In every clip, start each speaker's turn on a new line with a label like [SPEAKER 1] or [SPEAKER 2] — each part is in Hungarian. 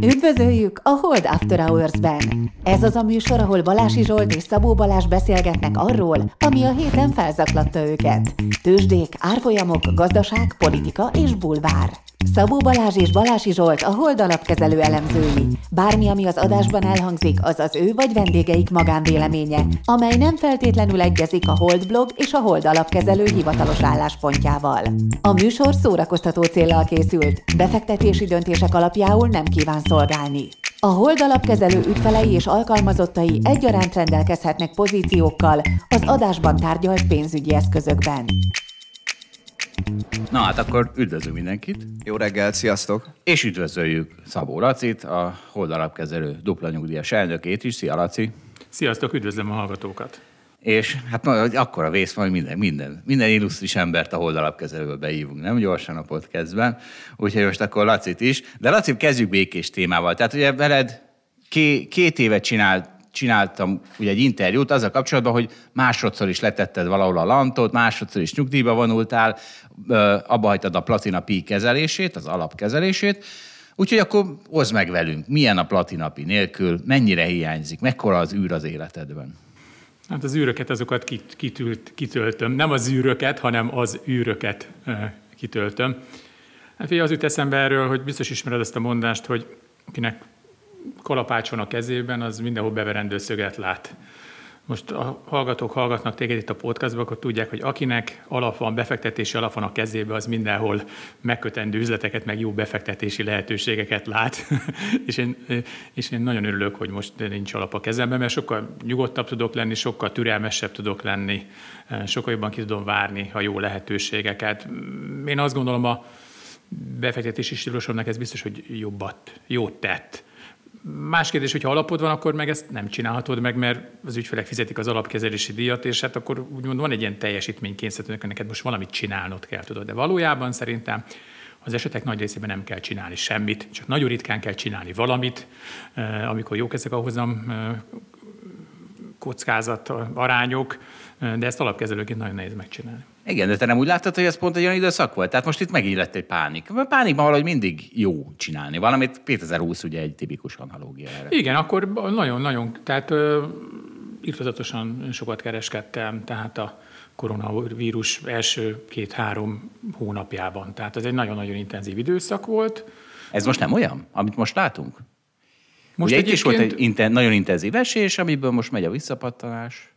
[SPEAKER 1] Üdvözöljük a Hold After Hours-ben! Ez az a műsor, ahol Balási Zsolt és Szabó Balázs beszélgetnek arról, ami a héten felzaklatta őket. Tőzsdék, árfolyamok, gazdaság, politika és bulvár. Szabó Balázs és Balási Zsolt a Hold alapkezelő elemzői. Bármi, ami az adásban elhangzik, az az ő vagy vendégeik magánvéleménye, amely nem feltétlenül egyezik a Hold blog és a Hold alapkezelő hivatalos álláspontjával. A műsor szórakoztató céllal készült, befektetési döntések alapjául nem kíván szolgálni. A Hold alapkezelő ügyfelei és alkalmazottai egyaránt rendelkezhetnek pozíciókkal az adásban tárgyalt pénzügyi eszközökben.
[SPEAKER 2] Na hát akkor üdvözlünk mindenkit.
[SPEAKER 3] Jó reggelt, sziasztok!
[SPEAKER 2] És üdvözöljük Szabó Lacit, a Hold alapkezelő dupla nyugdíjas elnökét is. Szia, Laci!
[SPEAKER 4] Sziasztok, üdvözlöm a hallgatókat!
[SPEAKER 2] És hát akkora vész van, hogy minden illusztris embert a Hold alapkezelőből beívunk, nem gyorsan a podcastben. Úgyhogy most akkor Lacit is. De Laci, kezdjük békés témával. Tehát ugye veled két évet csináltam ugye egy interjút azzal kapcsolatban, hogy másodszor is letetted valahol a lantot, másodszor is nyugdíjba vonultál, abba hagytad a Platina Pi kezelését, az alapkezelését. Úgyhogy akkor oszd meg velünk, milyen a Platina Pi nélkül, mennyire hiányzik, mekkora az űr az életedben?
[SPEAKER 4] Hát az űröket azokat kitöltöm. Nem az űröket, hanem az űröket kitöltöm. Hát az jut eszembe erről, hogy biztos ismered ezt a mondást, hogy akinek kalapács van a kezében, az mindenhol beverendő szöget lát. Most a hallgatók hallgatnak téged itt a podcastban, akkor tudják, hogy akinek befektetési alap van a kezében, az mindenhol megkötendő üzleteket, meg jó befektetési lehetőségeket lát. és én nagyon örülök, hogy most nincs alap a kezemben, mert sokkal nyugodtabb tudok lenni, sokkal türelmesebb tudok lenni, sokkal jobban ki tudom várni a jó lehetőségeket. Én azt gondolom, a befektetési stílusomnak ez biztos, hogy jót tett. Más kérdés, hogyha alapod van, akkor meg ezt nem csinálhatod meg, mert az ügyfelek fizetik az alapkezelési díjat, és hát akkor úgymond van egy ilyen teljesítménykényszer, hogy neked most valamit csinálnod kell, tudod. De valójában szerintem az esetek nagy részében nem kell csinálni semmit, csak nagyon ritkán kell csinálni valamit, amikor jók ezek a hozam kockázat arányok, de ezt alapkezelőként nagyon nehéz megcsinálni.
[SPEAKER 2] Igen, de te nem úgy láttad, hogy ez pont egy olyan időszak volt? Tehát most itt megint lett egy pánik. A pánikban valahogy mindig jó csinálni valamit. 2020 ugye egy tipikus analógia erre.
[SPEAKER 4] Igen, akkor nagyon-nagyon, tehát irtózatosan sokat kereskedtem, tehát a koronavírus első 2-3 hónapjában. Tehát ez egy nagyon-nagyon intenzív időszak volt.
[SPEAKER 2] Ez most nem olyan, amit most látunk?
[SPEAKER 4] Most
[SPEAKER 2] ugye itt is volt egy nagyon intenzív esés, amiből most megy a visszapattanás.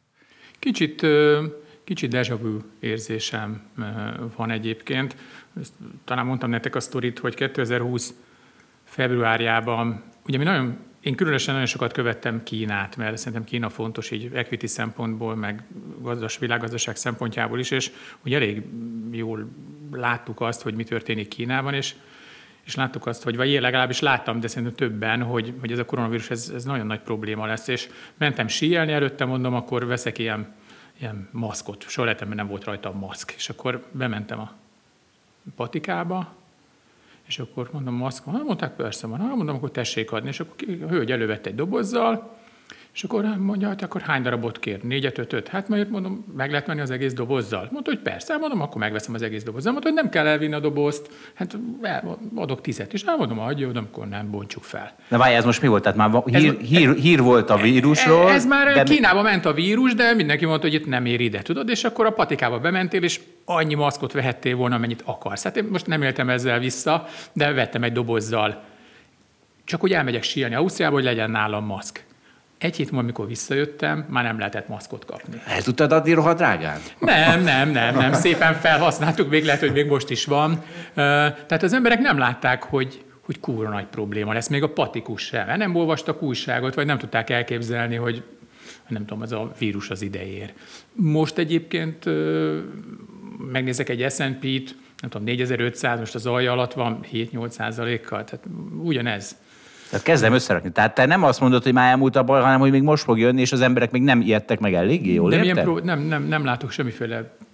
[SPEAKER 4] Kicsit déjà vu érzésem van egyébként. Talán mondtam nektek a sztorit, hogy 2020 februárjában, ugye én különösen nagyon sokat követtem Kínát, mert szerintem Kína fontos így equity szempontból, meg világgazdaság szempontjából is, és ugye elég jól láttuk azt, hogy mi történik Kínában, és láttuk azt, vagy én legalábbis láttam, de szerintem többen, hogy ez a koronavírus, ez nagyon nagy probléma lesz, és mentem síelni előtte, mondom, akkor veszek ilyen maszkot. Soha életemben nem volt rajta a maszk. És akkor bementem a patikába, és akkor mondom, maszk van. Mondták, persze van. Mondom, akkor tessék adni. És akkor a hölgy elővette egy dobozzal, és akkor mondja, hogy akkor hány darabot kér? 4-5? Hát majd mondom, meg lehet menni az egész dobozzal. Mondta, hogy persze, mondom, akkor megveszem az egész dobozzal. Mondta, hogy nem kell elvinni a dobozt, hát adok 10, és mondom, adja, akkor nem bontsuk fel.
[SPEAKER 2] Na várj, ez most mi volt? Tehát már hír volt a vírusról.
[SPEAKER 4] Ez már Kínába ment a vírus, de mindenki mondta, hogy itt nem ér ide, tudod, és akkor a patikába bementél, és annyi maszkot vehettél volna, amennyit akarsz. Hát én most nem éltem ezzel vissza, de vettem egy dobozzal. Csak hogy elmegyek síelni Ausztriába, hogy legyen nálam maszk. Egy hét múlva, amikor visszajöttem, már nem lehetett maszkot kapni.
[SPEAKER 2] El tudtad adni rohadt drágán?
[SPEAKER 4] Nem. Szépen felhasználtuk, még lehet, hogy még most is van. Tehát az emberek nem látták, hogy kurva nagy probléma lesz, még a patikus sem. Nem olvastak újságot, vagy nem tudták elképzelni, hogy nem tudom, ez a vírus az idejér. Most egyébként megnézek egy S&P-t, nem tudom, 4500, most az alja alatt van 7-8%-kal, tehát ugyanez.
[SPEAKER 2] Tehát kezdem összerakni. Tehát te nem azt mondod, hogy már elmúlt a baj, hanem hogy még most fog jönni, és az emberek még nem ijedtek meg eléggé, jól érted?
[SPEAKER 4] Nem látok semmiféle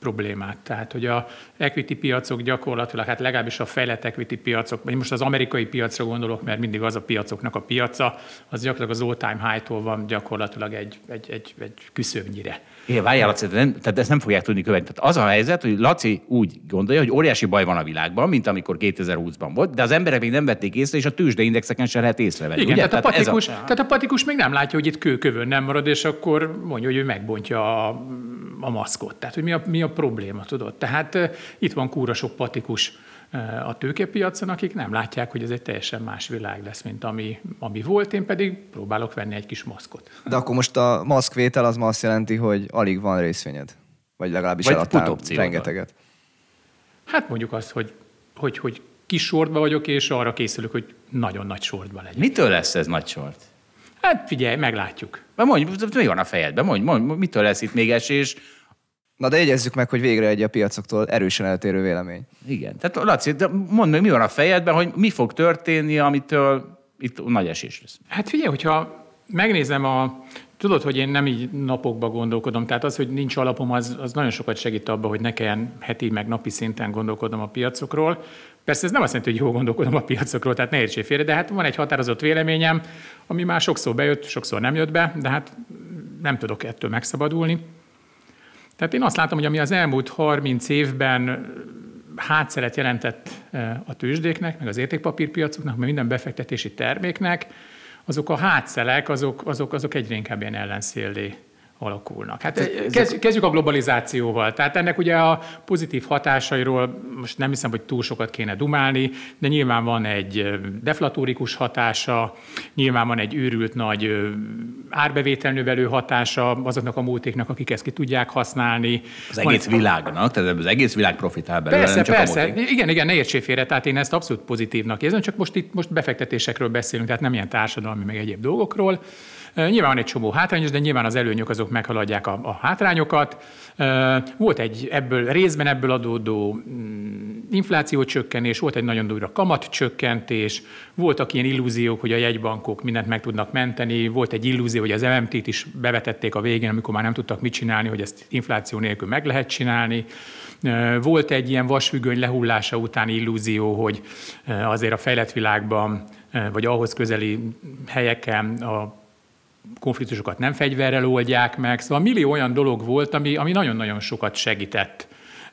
[SPEAKER 4] problémát. Tehát, hogy a equity piacok gyakorlatilag, hát legalábbis a fejlett equity piacok, vagy most az amerikai piacra gondolok, mert mindig az a piacoknak a piaca, az gyakorlatilag az all-time high-tól van gyakorlatilag egy küszöbnyire.
[SPEAKER 2] Igen, várjál, Laci, tehát ezt nem fogják tudni követni. Tehát az a helyzet, hogy Laci úgy gondolja, hogy óriási baj van a világban, mint amikor 2020-ban volt, de az emberek még nem vették észre, és a tőzsdeindexeken sem lehet észrevenni.
[SPEAKER 4] Igen, tehát a patikus még nem látja, hogy itt kőkövön nem marad, és akkor mondja, hogy ő megbontja a maszkot. Tehát, hogy mi a probléma, tudod? Tehát itt van kúra sok patikus a tőkepiacon, akik nem látják, hogy ez egy teljesen más világ lesz, mint ami volt, én pedig próbálok venni egy kis maszkot.
[SPEAKER 3] De akkor most a maszkvétel az ma azt jelenti, hogy alig van részvényed? Vagy legalábbis eladtál rengeteget?
[SPEAKER 4] Hát mondjuk azt, hogy kis sortba vagyok, és arra készülök, hogy nagyon nagy sortba legyek.
[SPEAKER 2] Mitől lesz ez nagy sort?
[SPEAKER 4] Hát figyelj, meglátjuk.
[SPEAKER 2] Mondj, mi van a fejedben? Mondj, mitől lesz itt még esés?
[SPEAKER 3] Na de jegyezzük meg, hogy végre egy a piacoktól erősen eltérő vélemény.
[SPEAKER 2] Igen. Tehát Laci, mondd meg, mi van a fejedben, hogy mi fog történni, amitől itt nagy esés lesz.
[SPEAKER 4] Hát figyelj, hogyha megnézem tudod, hogy én nem így napokba gondolkodom, tehát az, hogy nincs alapom, az nagyon sokat segít abban, hogy ne kelljen heti meg napi szinten gondolkodnom a piacokról. Persze ez nem azt jelenti, hogy jól gondolkodom a piacokról, tehát ne értsél félre, de hát van egy határozott véleményem, ami már sokszor bejött, sokszor nem jött be, de hát nem tudok ettől megszabadulni. Tehát én azt látom, hogy ami az elmúlt 30 évben hátszeret jelentett a tőzsdéknek, meg az értékpapírpiacoknak, meg minden befektetési terméknek, azok a hátszelek, azok egyre inkább ilyen ellenszéllé alakulnak. Hát kezdjük a globalizációval. Tehát ennek ugye a pozitív hatásairól most nem hiszem, hogy túl sokat kéne dumálni, de nyilván van egy deflatórikus hatása, nyilván van egy őrült nagy árbevételnövelő hatása azoknak a multiknak, akik ezt ki tudják használni.
[SPEAKER 2] Az egész világnak, tehát az egész világ profitál belőle, nem csak
[SPEAKER 4] persze.
[SPEAKER 2] A multik.
[SPEAKER 4] Igen, ne értsél félre, tehát én ezt abszolút pozitívnak érzem, csak most befektetésekről beszélünk, tehát nem ilyen társadalmi, meg egyéb dolgokról. Nyilván van egy csomó hátrányos, de nyilván az előnyök azok meghaladják a hátrányokat. Volt részben ebből adódó inflációcsökkenés, volt egy nagyon durva kamatcsökkentés, voltak ilyen illúziók, hogy a jegybankok mindent meg tudnak menteni, volt egy illúzió, hogy az MMT-t is bevetették a végén, amikor már nem tudtak mit csinálni, hogy ezt infláció nélkül meg lehet csinálni. Volt egy ilyen vasfüggöny lehullása utáni illúzió, hogy azért a fejlett világban, vagy ahhoz közeli helyeken a konfliktusokat nem fegyverrel oldják meg. Szóval millió olyan dolog volt, ami nagyon-nagyon sokat segített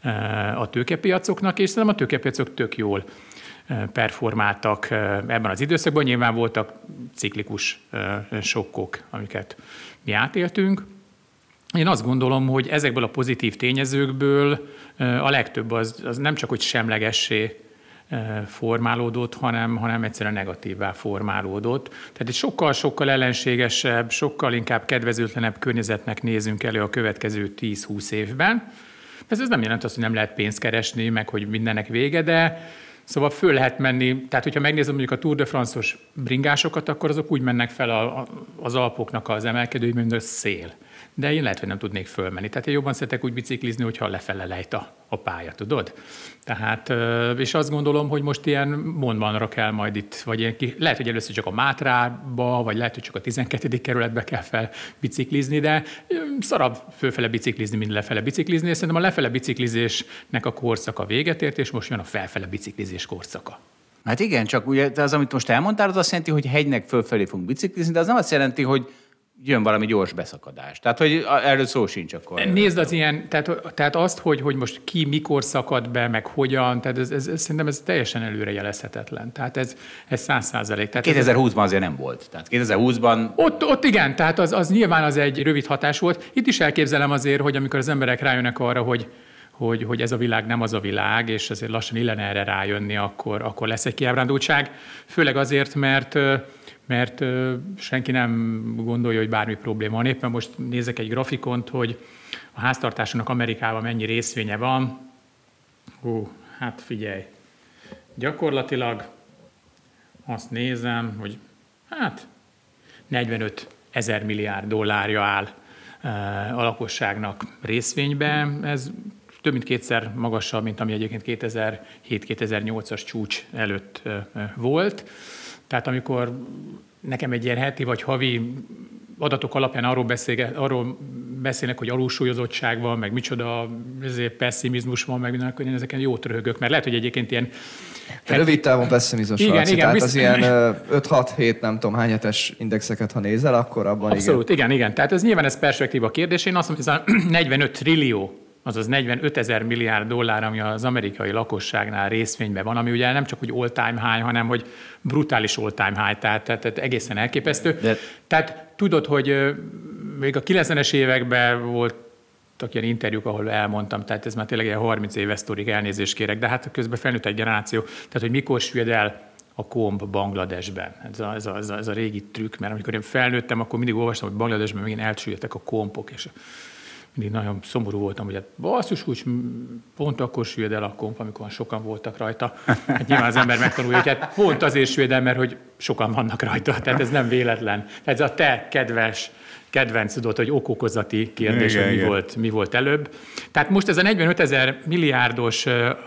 [SPEAKER 4] a tőkepiacoknak, és szerintem a tőkepiacok tök jól performáltak ebben az időszakban. Nyilván voltak ciklikus sokkok, amiket mi átéltünk. Én azt gondolom, hogy ezekből a pozitív tényezőkből a legtöbb az nem csak, hogy semlegessé formálódott, hanem egyszerűen negatívvá formálódott. Tehát egy sokkal-sokkal ellenségesebb, sokkal inkább kedvezőtlenebb környezetnek nézünk elő a következő 10-20 évben. Ez nem jelent azt, hogy nem lehet pénzt keresni, meg hogy mindennek vége, de szóval föl lehet menni, tehát hogyha megnézem mondjuk a Tour de France-os bringásokat, akkor azok úgy mennek fel az Alpoknak az emelkedői, mint a szél. De én lehet, hogy nem tudnék fölmenni. Tehát én jobban szeretek úgy biciklizni, hogyha lefele lejt a pálya, tudod? Tehát, és azt gondolom, hogy most ilyen mondvanra kell majd itt, vagy ilyen, lehet, hogy először csak a Mátrába, vagy lehet, hogy csak a 12. kerületbe kell fel biciklizni, de szarabb fölfele biciklizni, mint lefele biciklizni, és szerintem a lefele biciklizésnek a korszaka véget ért, és most jön a felfele biciklizés korszaka.
[SPEAKER 2] Hát igen, csak ugye az, amit most elmondtál, az azt jelenti, hogy hegynek fölfelé fogunk biciklizni, de az nem azt jelenti, hogy jön valami gyors beszakadás. Tehát, hogy erről szó sincs akkor.
[SPEAKER 4] Nézd az ilyen, tehát azt, hogy most ki mikor szakad be, meg hogyan, tehát szerintem ez teljesen előrejelezhetetlen. Tehát ez 100%.
[SPEAKER 2] 2020-ban azért nem volt. Tehát 2020-ban...
[SPEAKER 4] Ott igen, tehát az nyilván az egy rövid hatás volt. Itt is elképzelem azért, hogy amikor az emberek rájönnek arra, hogy ez a világ nem az a világ, és azért lassan illene erre rájönni, akkor lesz egy kiábrándultság. Főleg azért, mert senki nem gondolja, hogy bármi probléma van. Éppen most nézek egy grafikont, hogy a háztartásnak Amerikában mennyi részvénye van. Hát figyelj, gyakorlatilag azt nézem, hogy 45 000 milliárd dollárja áll a lakosságnak részvénybe. Ez több mint kétszer magasabb, mint ami egyébként 2007-2008-as csúcs előtt volt. Tehát amikor nekem egy ilyen heti vagy havi adatok alapján arról beszélnek, hogy alulsúlyozottság van, meg micsoda pessimizmus van, meg minden, akkor én ezeken jót röhögök, mert lehet, hogy egyébként ilyen...
[SPEAKER 3] Rövid távon pessimizmus van. Tehát az ilyen 5-6-7 nem tudom hány hetes indexeket, ha nézel, akkor abban
[SPEAKER 4] abszolút, igen. Tehát ez nyilván ez perspektíva kérdés. Én azt mondom, hogy ez a 45 trillió, azaz 45 000 milliárd dollár, ami az amerikai lakosságnál részvényben van, ami ugye nem csak úgy all-time high, hanem hogy brutális all-time high, tehát egészen elképesztő. Tehát tudod, hogy még a 90-es években voltak ilyen interjúk, ahol elmondtam, tehát ez már tényleg ilyen 30 éves sztorik, elnézést kérek, de hát közben felnőtt egy generáció, tehát hogy mikor süllyed el a komb Bangladesben. Ez a régi trükk, mert amikor én felnőttem, akkor mindig olvastam, hogy Bangladesben megint elsüllyedtek a kompok, és mindig nagyon szomorú voltam, hogy hát basszus, úgy pont akkor süllyed el a komp, amikor sokan voltak rajta. Hát nyilván az ember megtanulja, hogy hát pont azért süllyed el, mert hogy sokan vannak rajta, tehát ez nem véletlen. Tehát ez a te kedvenc tudod, hogy okokozati kérdés, hogy mi volt előbb. Tehát most ez a 45 000 milliárdos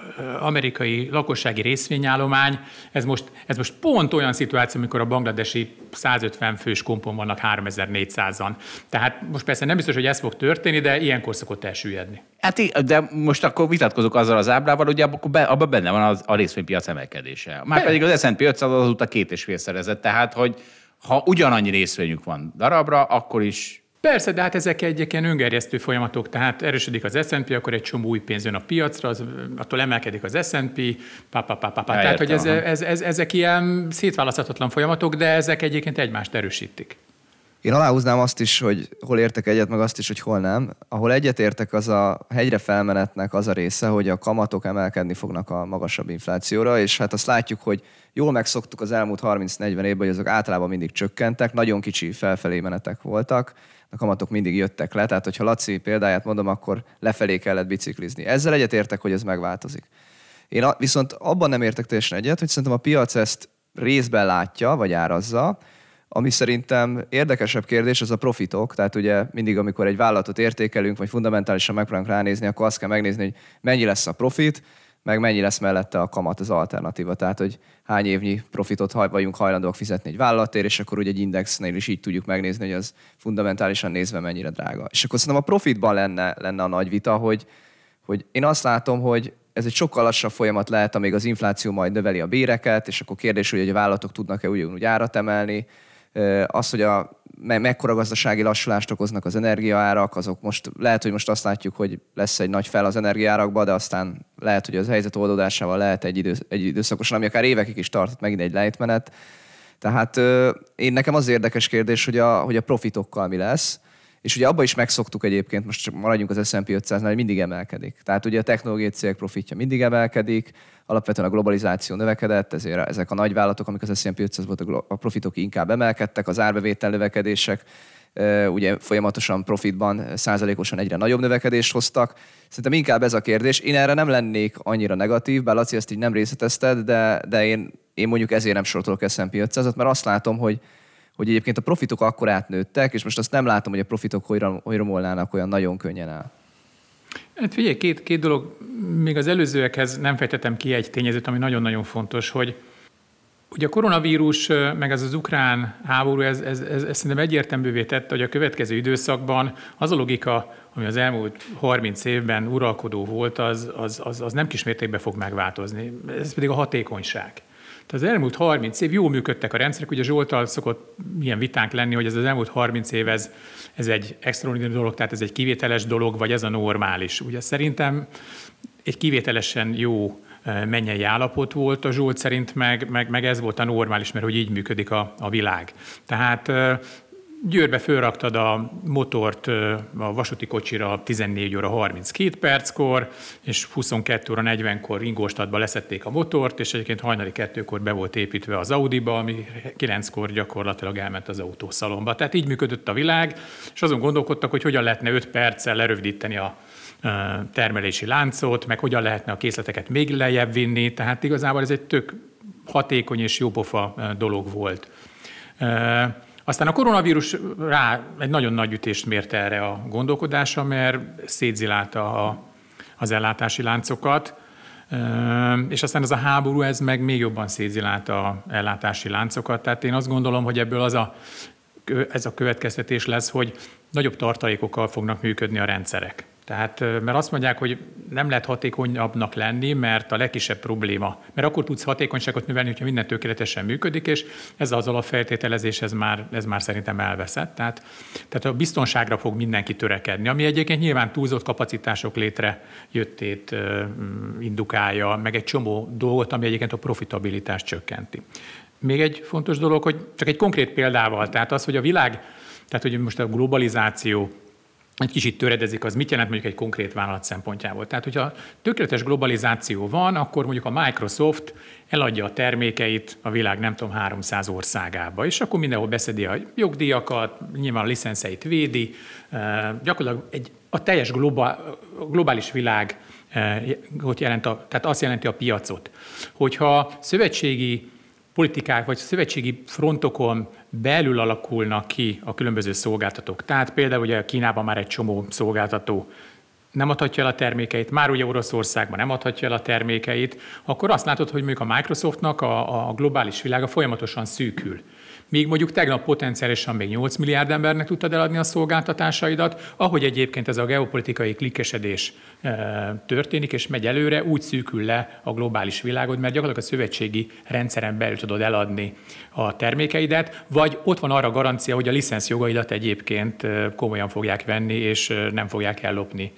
[SPEAKER 4] amerikai lakossági részvényállomány, ez most pont olyan szituáció, amikor a bangladesi 150 fős kompon vannak 3400-an. Tehát most persze nem biztos, hogy ez fog történni, de ilyenkor szokott elsüllyedni.
[SPEAKER 2] Hát, de most akkor vitatkozok azzal az ábrával, hogy abban benne van a részvénypiac emelkedése. Márpedig az S&P 500 azóta 2,5-szerezett, tehát hogy ha ugyanannyi részvényük van darabra, akkor is...
[SPEAKER 4] Persze, de hát ezek egy ilyen öngerjesztő folyamatok, tehát erősödik az S&P, akkor egy csomó új pénz jön a piacra, attól emelkedik az S&P, Tehát, hogy ezek ilyen szétválaszthatatlan folyamatok, de ezek egyébként egymást erősítik.
[SPEAKER 3] Én aláhúznám azt is, hogy hol értek egyet, meg azt is, hogy hol nem. Ahol egyet értek, az a hegyre felmenetnek az a része, hogy a kamatok emelkedni fognak a magasabb inflációra, és hát azt látjuk, hogy jól megszoktuk az elmúlt 30-40 évben, hogy azok általában mindig csökkentek, nagyon kicsi felfelé menetek voltak, a kamatok mindig jöttek le, tehát hogyha Laci példáját mondom, akkor lefelé kellett biciklizni. Ezzel egyet értek, hogy ez megváltozik. Én viszont abban nem értek teljesen egyet, hogy szerintem a piac ezt részben látja, vagy árazza. Ami szerintem érdekesebb kérdés, az a profitok. Tehát ugye mindig, amikor egy vállalatot értékelünk, vagy fundamentálisan megpróbálunk ránézni, akkor azt kell megnézni, hogy mennyi lesz a profit, meg mennyi lesz mellette a kamat, az alternatíva. Tehát, hogy hány évnyi profitot vagyunk hajlandóak fizetni egy vállalatért, és akkor ugye egy indexnél is így tudjuk megnézni, hogy az fundamentálisan nézve mennyire drága. És akkor szerintem a profitban lenne a nagy vita, hogy én azt látom, hogy ez egy sokkal lassabb folyamat lehet, amíg az infláció majd növeli a béreket, és akkor kérdés, hogy a vállalatok tudnak-e ugyanúgy árat emelni. Az, hogy mekkora gazdasági lassulást okoznak az energiaárak, azok most lehet, hogy most azt látjuk, hogy lesz egy nagy fel az energiaárakba, de aztán lehet, hogy az helyzet oldódásával lehet egy időszakosan, ami akár évekig is tartott megint egy lejtmenet. Tehát nekem az érdekes kérdés, hogy a profitokkal mi lesz. És ugye abban is megszoktuk egyébként, most csak maradjunk az S&P 500-nál, hogy mindig emelkedik. Tehát ugye a technológiai cégek profitja mindig emelkedik, alapvetően a globalizáció növekedett, ezért ezek a nagyvállalatok, amik az S&P 500 voltak, a profitok inkább emelkedtek, az árbevétel növekedések ugye folyamatosan profitban százalékosan egyre nagyobb növekedést hoztak. Szerintem inkább ez a kérdés. Én erre nem lennék annyira negatív, bár Laci ezt így nem részletezted, de én mondjuk ezért nem sorolok S&P 500-at, mert azt látom, hogy egyébként a profitok akkor átnőttek, és most azt nem látom, hogy a profitok hogy romolnának olyan nagyon könnyen el.
[SPEAKER 4] Hát figyelj, két dolog, még az előzőekhez nem fejtettem ki egy tényezőt, ami nagyon-nagyon fontos, hogy ugye a koronavírus, meg az ukrán háború, ez szerintem egyértelművé tette, hogy a következő időszakban az a logika, ami az elmúlt 30 évben uralkodó volt, az nem kismértékben fog megváltozni. Ez pedig a hatékonyság. Tehát az elmúlt 30 év jól működtek a rendszerek, ugye Zsolttal szokott milyen vitánk lenni, hogy ez az elmúlt 30 év ez egy extraordinári dolog, tehát ez egy kivételes dolog, vagy ez a normális. Ugye szerintem egy kivételesen jó mennyei állapot volt, a Zsolt szerint meg ez volt a normális, mert hogy így működik a világ. Tehát Győrbe fölraktad a motort a vasúti kocsira 14 óra 32 perckor, és 22 óra 40-kor Ingolstadtba leszették a motort, és egyébként hajnali 2-kor be volt építve az Audiba, ami 9-kor gyakorlatilag elment az autószalomba. Tehát így működött a világ, és azon gondolkodtak, hogy hogyan lehetne 5 perccel lerövidíteni a termelési láncot, meg hogyan lehetne a készleteket még lejjebb vinni, tehát igazából ez egy tök hatékony és jópofa dolog volt. Aztán a koronavírus rá egy nagyon nagy ütést mért erre a gondolkodásra, mert szétzilálta az ellátási láncokat, és aztán ez a háború, ez meg még jobban szétzilálta az ellátási láncokat. Tehát én azt gondolom, hogy ebből az a ez a következtetés lesz, hogy nagyobb tartalékokkal fognak működni a rendszerek. Tehát, mert azt mondják, hogy nem lehet hatékonyabbnak lenni, mert a legkisebb probléma. Mert akkor tudsz hatékonyságot növelni, hogyha minden tökéletesen működik, és ez az alapfeltételezés, ez már szerintem elveszett. Tehát a biztonságra fog mindenki törekedni, ami egyébként nyilván túlzott kapacitások létrejöttét indukálja, meg egy csomó dolgot, ami egyébként a profitabilitást csökkenti. Még egy fontos dolog, hogy csak egy konkrét példával, tehát az, hogy a világ, tehát hogy most a globalizáció egy kicsit töredezik, az mit jelent mondjuk egy konkrét vállalat szempontjából. Tehát, hogyha tökéletes globalizáció van, akkor mondjuk a Microsoft eladja a termékeit a világ nem tudom 300 országába, és akkor mindenhol beszedi a jogdíjakat, nyilván a licenszeit védi, gyakorlatilag a teljes globális világ tehát azt jelenti a piacot. Hogyha szövetségi politikák vagy szövetségi frontokon belül alakulnak ki a különböző szolgáltatók. Tehát például ugye Kínában már egy csomó szolgáltató nem adhatja el a termékeit, már ugye Oroszországban nem adhatja el a termékeit, akkor azt látod, hogy mondjuk a Microsoftnak a globális világa folyamatosan szűkül. Míg mondjuk tegnap potenciálisan még 8 milliárd embernek tudtad eladni a szolgáltatásaidat, ahogy egyébként ez a geopolitikai klikkesedés történik és megy előre, úgy szűkül le a globális világod, mert gyakorlatilag a szövetségi rendszeren belül tudod eladni a termékeidet, vagy ott van arra garancia, hogy a licenszjogaidat egyébként komolyan fogják venni, és nem fogják ellopni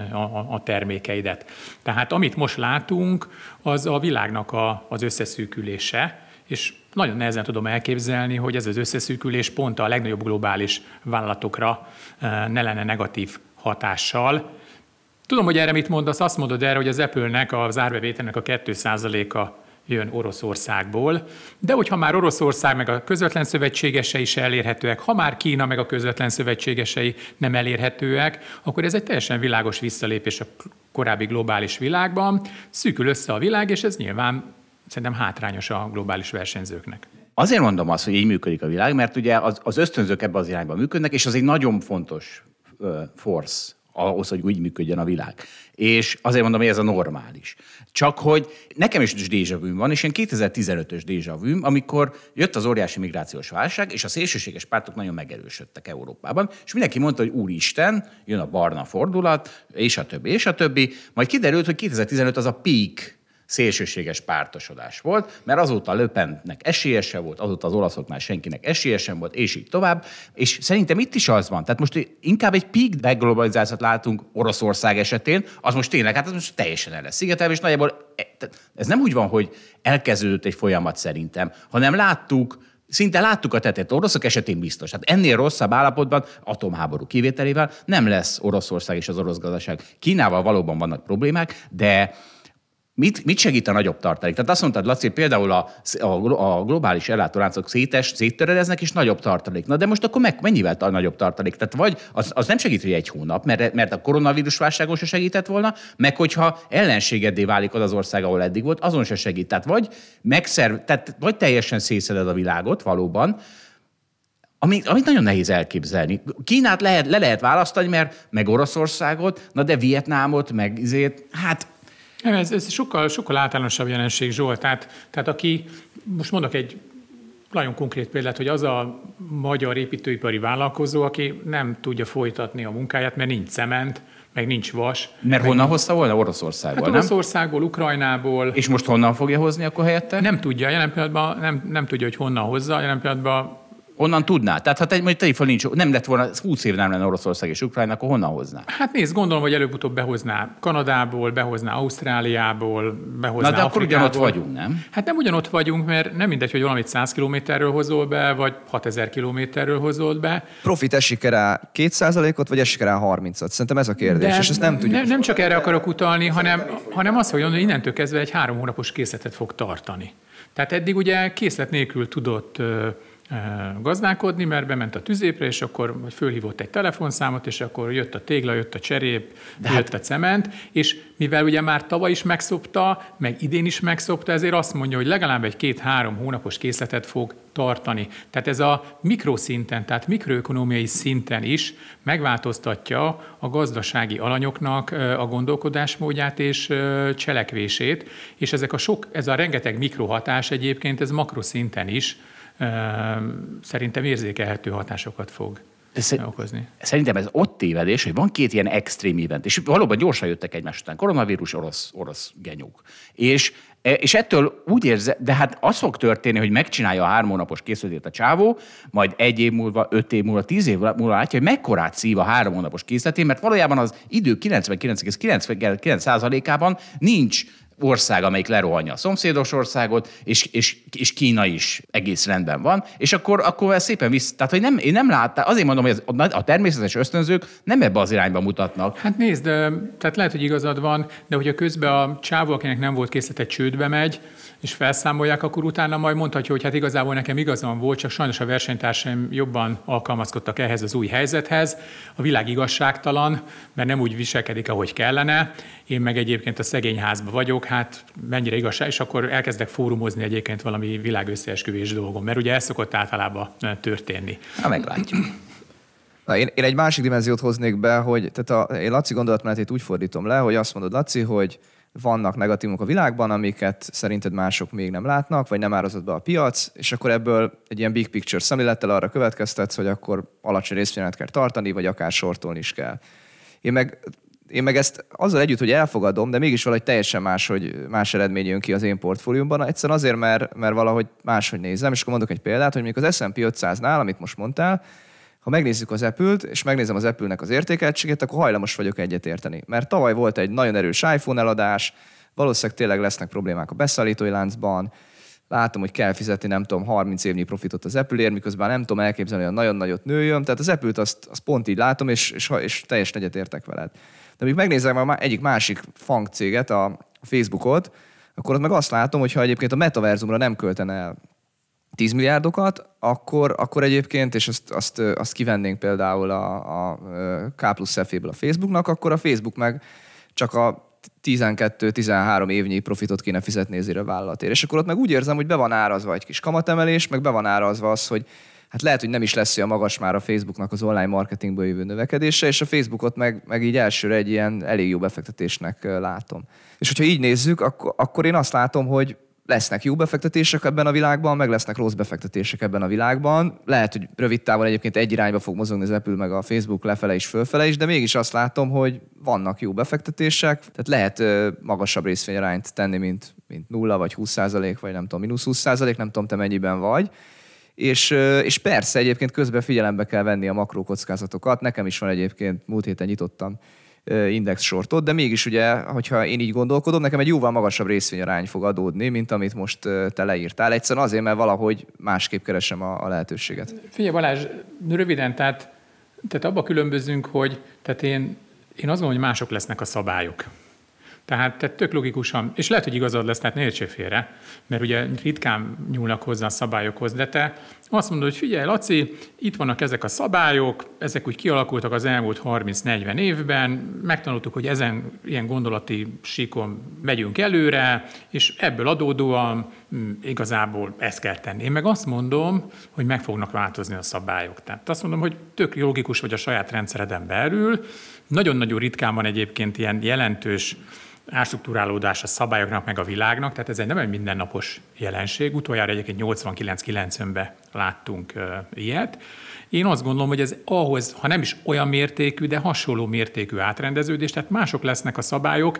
[SPEAKER 4] a termékeidet. Tehát amit most látunk, az a világnak az összeszűkülése, és nagyon nehezen tudom elképzelni, hogy ez az összeszűkülés pont a legnagyobb globális vállalatokra ne lenne negatív hatással. Tudom, hogy erre mit mondasz, azt mondod erre, hogy az Apple-nek az árbevételnek a 2%-a jön Oroszországból, de hogyha már Oroszország meg a közvetlen szövetségesei is elérhetőek, ha már Kína meg a közvetlen szövetségesei nem elérhetőek, akkor ez egy teljesen világos visszalépés a korábbi globális világban, szűkül össze a világ, és ez nyilván szerintem hátrányos a globális versenyzőknek.
[SPEAKER 2] Azért mondom azt, hogy így működik a világ, mert ugye az ösztönzők ebben az irányban működnek, és az egy nagyon fontos force ahhoz, hogy úgy működjön a világ. És azért mondom, hogy ez a normális. Csak hogy nekem is déjà vu van, és ilyen 2015-ös déjà vu, amikor jött az óriási migrációs válság, és a szélsőséges pártok nagyon megerősödtek Európában, és mindenki mondta, hogy úristen, jön a barna fordulat, és a többi, és a többi. Majd kiderült, hogy 2015 az a peak szélsőséges pártosodás volt, mert azóta Le Pennek esélyese volt, azóta az olaszoknál senkinek esélyese volt, és így tovább. És szerintem itt is az van. Tehát most inkább egy peak deglobalizációt látunk Oroszország esetén, az most tényleg, hát az most teljesen el lesz szigetelve, és nagyjából ez nem úgy van, hogy elkezdődött egy folyamat szerintem, hanem szinte láttuk a tetejét. Oroszok esetén biztos. Hát ennél rosszabb állapotban, atomháború kivételével nem lesz Oroszország és az orosz gazdaság. Kínával valóban vannak problémák, de mit segít a nagyobb tartalék? Tehát azt mondtad, Laci, például a globális ellátóláncok széttöredeznek, és nagyobb tartalék. Na de most akkor mennyivel nagyobb tartalék? Tehát vagy az nem segít, hogy egy hónap, mert a koronavírus válságon se segített volna, meg hogyha ellenségeddé válik az ország, ahol eddig volt, azon se segít. Tehát vagy teljesen szétszeded a világot valóban, amit nagyon nehéz elképzelni. Kínát le lehet választani, mert meg Oroszországot, na de Vietnámot, meg hát
[SPEAKER 4] ez sokkal általánosabb jelenség, Zsolt. Tehát aki, most mondok egy nagyon konkrét példát, hogy az a magyar építőipari vállalkozó, aki nem tudja folytatni a munkáját, mert nincs cement, meg nincs vas.
[SPEAKER 2] Mert honnan hozta volna? Oroszországból,
[SPEAKER 4] hát Oroszországból, Ukrajnából.
[SPEAKER 2] És most honnan fogja hozni akkor helyette?
[SPEAKER 4] Nem tudja, jelen pillanatban nem tudja, hogy honnan hozza, jelen pillanatban.
[SPEAKER 2] Honnan tudná? Tehát ha tejföl nincs, nem lett volna, 20 év nem lenne Oroszország és Ukrajna, akkor honnan hozná?
[SPEAKER 4] Hát nézd, gondolom, hogy előbb-utóbb behozná Kanadából, behozná Ausztráliából, behozná
[SPEAKER 2] Na de akkor
[SPEAKER 4] Afrikából.
[SPEAKER 2] ugyanott vagyunk, nem?
[SPEAKER 4] Hát nem ugyanott vagyunk, mert nem mindegy, hogy valamit 100 kilométerről hozol be, vagy 6000 kilométerről hozol be.
[SPEAKER 3] Profit esik rá 2%-ot, vagy esik rá 30-at? Szerintem ez a kérdés,
[SPEAKER 4] De
[SPEAKER 3] és ezt nem tudjuk.
[SPEAKER 4] Nem csak erre akarok utalni, hanem azt, hogy innentől kezdve egy 3 hónapos készletet fog tartani. Tehát eddig ugye készlet nélkül tudott gazdálkodni, mert bement a tüzépre, és akkor fölhívott egy telefonszámot, és akkor jött a tégla, jött a cserép, jött a cement, és mivel ugye már tavaly is megszokta, meg idén is megszokta, ezért azt mondja, hogy legalább egy 2-3 hónapos készletet fog tartani. Tehát ez a mikroszinten, tehát mikroökonómiai szinten is megváltoztatja a gazdasági alanyoknak a gondolkodásmódját és cselekvését, és ez a rengeteg mikrohatás egyébként, ez makroszinten is szerintem érzékelhető hatásokat fog okozni.
[SPEAKER 2] Szerintem ez ott tévedés, hogy van két ilyen extrém event, és valóban gyorsan jöttek egymás után. Koronavírus, orosz genyók. És ettől úgy érze, de hát az fog történni, hogy megcsinálja a 3 hónapos készletét a csávó, majd 1 év múlva, 5 év múlva, 10 év múlva látja, hogy mekkorát szív a 3 hónapos készletén, mert valójában az idő 99,99%-ában nincs ország, amelyik lerohanja a szomszédos országot, és Kína is egész rendben van, és akkor ez szépen tehát hogy én nem láttam, azért mondom, hogy a természetes ösztönzők nem ebbe az irányba mutatnak.
[SPEAKER 4] Hát nézd, tehát lehet, hogy igazad van, de hogyha közben a csávó, akinek nem volt készlete, csődbe megy, és felszámolják, akkor utána majd mondhatja, hogy hát igazából nekem igazam volt, csak sajnos a versenytársaim jobban alkalmazkodtak ehhez az új helyzethez. A világ igazságtalan, mert nem úgy viselkedik, ahogy kellene. Én meg egyébként a szegényházban vagyok, hát mennyire igazság, és akkor elkezdek fórumozni egyébként valami világösszeesküvés dolgon, mert ugye ez szokott általában történni.
[SPEAKER 2] Na, meglátjuk.
[SPEAKER 3] Na, én egy másik dimenziót hoznék be, hogy én Laci gondolatmenetét úgy fordítom le, hogy azt mondod, Laci, hogy vannak negatívumok a világban, amiket szerinted mások még nem látnak, vagy nem árazott be a piac, és akkor ebből egy ilyen big picture szemlélettel arra következtetsz, hogy akkor alacsony részvényet kell tartani, vagy akár sortolni is kell. Én meg ezt azzal együtt, hogy elfogadom, de mégis valahogy teljesen más eredmény jön ki az én portfóliumban. Egyszerűen azért, mert valahogy máshogy nézem, és akkor mondok egy példát, hogy mondjuk az S&P 500-nál, amit most mondtál, ha megnézzük az Apple-t, és megnézem az Apple-nek az értékeltségét, akkor hajlamos vagyok egyetérteni. Mert tavaly volt egy nagyon erős iPhone eladás, valószínűleg tényleg lesznek problémák a beszállítói láncban, látom, hogy kell fizetni, nem tudom, 30 évnyi profitot az Apple-ért, miközben nem tudom elképzelni, hogy nagyon nagyot nőjön. Tehát az Apple-t azt pont így látom, és teljesen egyetértek veled. De még megnézem egyik másik fang céget, a Facebookot, akkor ott meg azt látom, hogy ha egyébként a metaverzumra nem költene el 10 milliárdokat, akkor egyébként, és azt kivennénk például a K+F-ből a Facebooknak, akkor a Facebook meg csak a 12-13 évnyi profitot kéne fizetni ezért a vállalatért. És akkor ott meg úgy érzem, hogy be van árazva egy kis kamatemelés, meg be van árazva az, hogy hát lehet, hogy nem is lesz olyan magas már a Facebooknak az online marketingből jövő növekedése, és a Facebookot meg így elsőre egy ilyen elég jó befektetésnek látom. És hogyha így nézzük, akkor én azt látom, hogy lesznek jó befektetések ebben a világban, meg lesznek rossz befektetések ebben a világban. Lehet, hogy rövid távon egyébként egy irányba fog mozogni az Apple meg a Facebook lefele és fölfele is, de mégis azt látom, hogy vannak jó befektetések, tehát lehet magasabb részvényarányt tenni, mint 0 vagy 20%, vagy nem tudom, mínusz 20%, nem tudom, te mennyiben vagy. És persze egyébként közben figyelembe kell venni a makrókockázatokat. Nekem is van egyébként, múlt héten nyitottam index shortot, de mégis ugye, hogyha én így gondolkodom, nekem egy jóval magasabb részvényarány fog adódni, mint amit most te leírtál. Egyszerűen azért, mert valahogy másképp keresem a lehetőséget.
[SPEAKER 4] Figyelj Balázs, röviden, tehát abba különbözünk, hogy tehát én azt gondolom, hogy mások lesznek a szabályok. Tehát tök logikusan, és lehet, hogy igazad lesz, tehát ne értsél félre, mert ugye ritkán nyúlnak hozzá a szabályokhoz, de te azt mondod, hogy figyelj, Laci, itt vannak ezek a szabályok, ezek úgy kialakultak az elmúlt 30-40 évben, megtanultuk, hogy ezen ilyen gondolati síkon megyünk előre, és ebből adódóan igazából ezt kell tenni. Én meg azt mondom, hogy meg fognak változni a szabályok. Tehát azt mondom, hogy tök logikus vagy a saját rendszereden belül. Nagyon-nagyon ritkán van egyébként ilyen jelentős árstruktúrálódás a szabályoknak meg a világnak, tehát ez nem egy mindennapos jelenség. Utoljára egyébként 89-90-ben láttunk ilyet. Én azt gondolom, hogy ez ahhoz, ha nem is olyan mértékű, de hasonló mértékű átrendeződés, tehát mások lesznek a szabályok,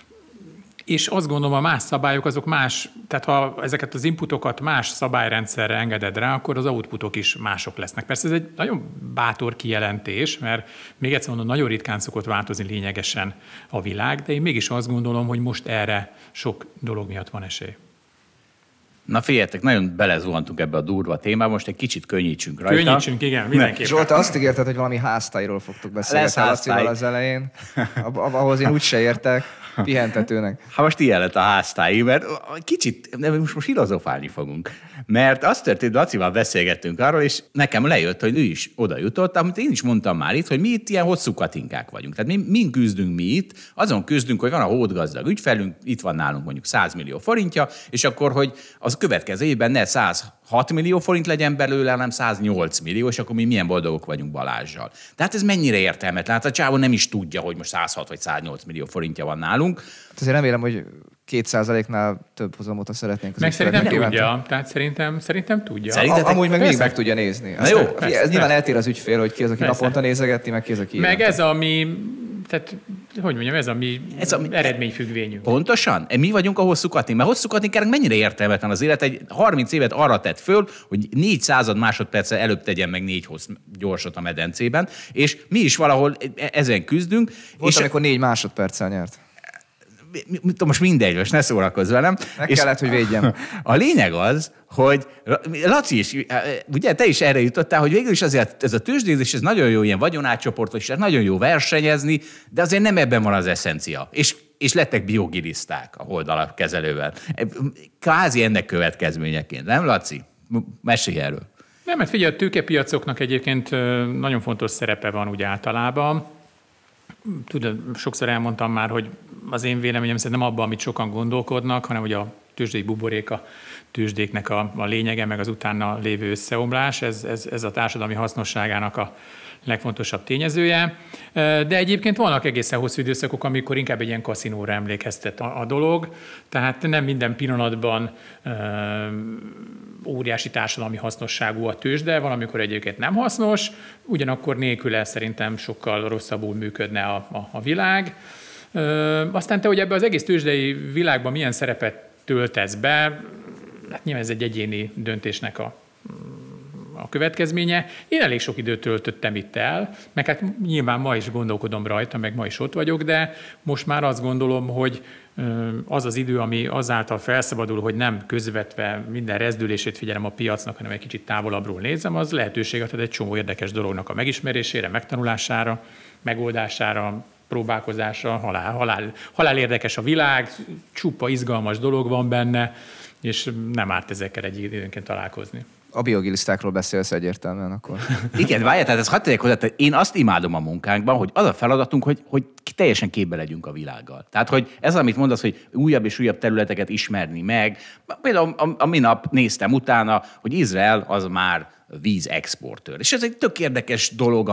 [SPEAKER 4] és azt gondolom, a más szabályok azok más, tehát ha ezeket az inputokat más szabályrendszerre engeded rá, akkor az outputok is mások lesznek. Persze ez egy nagyon bátor kijelentés, mert még egyszer mondom, nagyon ritkán szokott változni lényegesen a világ, de én mégis azt gondolom, hogy most erre sok dolog miatt van esély.
[SPEAKER 2] Na figyeljetek, nagyon belezuhantunk ebbe a durva témába, most egy kicsit könnyítsünk rajta.
[SPEAKER 4] Könnyítsünk, igen, mindenképpen.
[SPEAKER 3] Zsolt, azt ígérted, hogy valami háztájról fogtok beszélni Lacival az elején. Ahhoz én úgyse értek. Pihentetőnek.
[SPEAKER 2] Hát most ilyen lett a háztály, mert kicsit, most filozofálni fogunk. Mert azt történt, Lacival beszélgettünk arról, és nekem lejött, hogy ő is oda jutott, amit én is mondtam már itt, hogy mi itt ilyen hosszú katinkák vagyunk. Tehát mi küzdünk mi itt, azon küzdünk, hogy van a hódgazdag ügyfelünk, itt van nálunk mondjuk 100 millió forintja, és akkor, hogy az következő évben ne 160 6 millió forint legyen belőle, hanem 108 millió, és akkor mi milyen boldogok vagyunk Balázssal. Tehát ez mennyire értelmetlen? Hát a csávó nem is tudja, hogy most 106 vagy 108 millió forintja van nálunk.
[SPEAKER 3] Hát azért remélem, hogy 2%-nál több hozamot szeretnénk.
[SPEAKER 4] Meg szerintem tudja. Tehát szerintem tudja.
[SPEAKER 3] Amúgy meg még meg tudja nézni.
[SPEAKER 2] Na jó.
[SPEAKER 3] Ez nyilván eltér az ügyfél, hogy ki az, aki naponta nézegetni, meg ki az, aki
[SPEAKER 4] meg évente. Ez ami... Tehát, hogy mondjam, ez a mi eredményfüggvényünk.
[SPEAKER 2] Pontosan. Mi vagyunk a hosszú katni. Mert hosszú katnikának mennyire értelmetlen az élet. Egy 30 évet arra tett föl, hogy 400 másodperccel előbb tegyen meg 4 gyorsot a medencében, és mi is valahol ezen küzdünk.
[SPEAKER 3] Volt, amikor 4 másodperccel nyert.
[SPEAKER 2] Most mindegy, most ne szórakozz velem.
[SPEAKER 3] Meg kellett, hogy védjem.
[SPEAKER 2] A lényeg az, hogy Laci is, ugye te is erre jutottál, hogy végül is azért ez a tőzsdézés, ez nagyon jó ilyen vagyonátcsoportosítás, nagyon jó versenyezni, de azért nem ebben van az eszencia. És lettek biogiliszták a holdalapkezelővel. Kvázi ennek következményeként, nem Laci? Mesélj erről.
[SPEAKER 4] Nem, mert figyelj, a tőkepiacoknak egyébként nagyon fontos szerepe van úgy általában. Tudod, sokszor elmondtam már, hogy az én véleményem szerint nem abban, amit sokan gondolkodnak, hanem hogy a tőzsdei buborék, a tőzsdéknek a lényege, meg az utána lévő összeomlás, ez a társadalmi hasznosságának a legfontosabb tényezője. De egyébként vannak egészen hosszú időszakok, amikor inkább egy ilyen kaszinóra emlékeztet a dolog, tehát nem minden pillanatban óriási társadalmi hasznosságú a tőzsde, valamikor egyébként nem hasznos, ugyanakkor nélküle szerintem sokkal rosszabbul működne a világ. Aztán te, hogy ebbe az egész tőzsdei világban milyen szerepet töltesz be, hát nyilván ez egy egyéni döntésnek a következménye. Én elég sok időt töltöttem itt el, meg hát nyilván ma is gondolkodom rajta, meg ma is ott vagyok, de most már azt gondolom, hogy az az idő, ami azáltal felszabadul, hogy nem közvetve minden rezdülését figyelem a piacnak, hanem egy kicsit távolabbról nézem, az lehetőséget ad egy csomó érdekes dolognak a megismerésére, megtanulására, megoldására, próbálkozásra, halál érdekes a világ, csupa izgalmas dolog van benne, és nem árt ezekkel egy időnként találkozni.
[SPEAKER 3] A biogilisztákról beszélsz egyértelműen akkor.
[SPEAKER 2] Igen, várjál, tehát ezt hadd tegyek hozzá, én azt imádom a munkánkban, hogy az a feladatunk, hogy teljesen képbe legyünk a világgal. Tehát, hogy ez, amit mondasz, hogy újabb és újabb területeket ismerni meg. Például a minap néztem utána, hogy Izrael az már vízexportőr. És ez egy tök érdekes dolog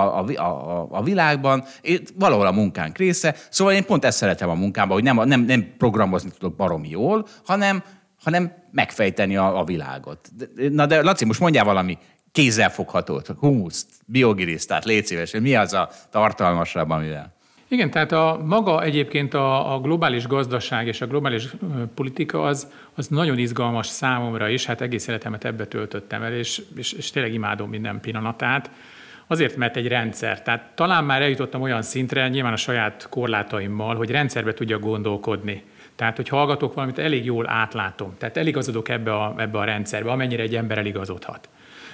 [SPEAKER 2] a világban, valahol a munkánk része. Szóval én pont ezt szeretem a munkámban, hogy nem programozni tudok baromi jól, hanem megfejteni a világot. Na de Laci, most mondjál valami kézzelfoghatót, humuszt, biogilisztát, légy szíves, mi az a tartalmasabb, amivel?
[SPEAKER 4] Igen, tehát maga egyébként a globális gazdaság és a globális politika az nagyon izgalmas számomra is, hát egész életemet ebbe töltöttem el, és tényleg imádom minden pillanatát. Azért, mert egy rendszer. Tehát talán már eljutottam olyan szintre, nyilván a saját korlátaimmal, hogy rendszerbe tudja gondolkodni. Tehát, hogy hallgatok valamit, elég jól átlátom. Tehát eligazodok ebbe a rendszerbe, amennyire egy ember eligazodhat.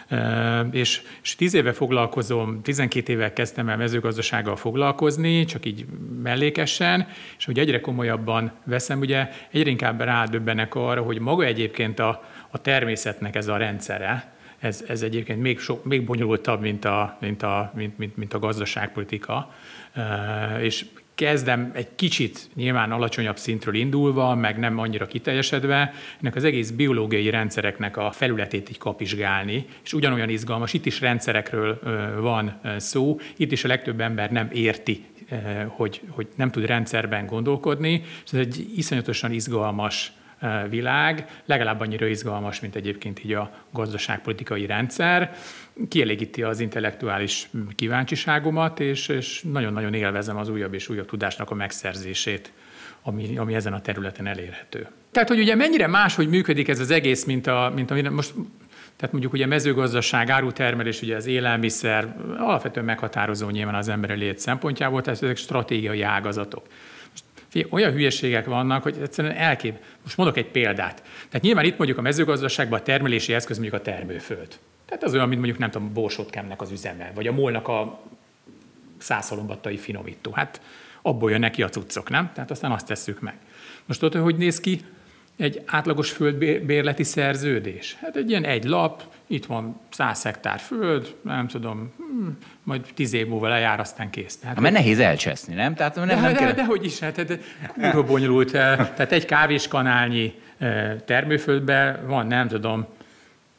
[SPEAKER 4] És 10 éve foglalkozom, 12 éve kezdtem el mezőgazdasággal foglalkozni, csak így mellékesen, és hogy egyre komolyabban veszem, ugye egyre inkább rádöbbenek arra, hogy maga egyébként a természetnek ez a rendszere, ez egyébként még bonyolultabb, mint a gazdaságpolitika, és kezdem egy kicsit nyilván alacsonyabb szintről indulva, meg nem annyira kiteljesedve, ennek az egész biológiai rendszereknek a felületét így kapizsgálni, és ugyanolyan izgalmas, itt is rendszerekről van szó, itt is a legtöbb ember nem érti, hogy nem tud rendszerben gondolkodni, és ez egy iszonyatosan izgalmas világ, legalább annyira izgalmas, mint egyébként így a gazdaságpolitikai rendszer. Kielégíti az intellektuális kíváncsiságomat, és nagyon-nagyon élvezem az újabb és újabb tudásnak a megszerzését, ami ezen a területen elérhető. Tehát, hogy ugye mennyire máshogy működik ez az egész, mint most, tehát mondjuk ugye mezőgazdaság, árutermelés, ugye az élelmiszer, alapvetően meghatározó nyilván az emberi lét szempontjából, tehát ezek stratégiai ágazatok. Olyan hülyeségek vannak, hogy egyszerűen Most mondok egy példát. Tehát nyilván itt mondjuk a mezőgazdaságban a termelési eszköz mondjuk a termőföld. Tehát az olyan, mint mondjuk nem tudom, Borsótkemnek az üzeme, vagy a MOL-nak a szászalombattai finomító. Hát abból jön neki a cuccok, nem? Tehát aztán azt tesszük meg. Most tudod, hogy néz ki egy átlagos földbérleti szerződés? Hát egy ilyen egy lap, itt van 100 hektár föld, nem tudom, majd 10 év múlva lejár, aztán kész. Tehát,
[SPEAKER 2] mert nehéz elcseszni, nem? Tehát
[SPEAKER 4] dehogy is, hát kurva bonyolult. Tehát egy kávéskanálnyi termőföldben van, nem tudom,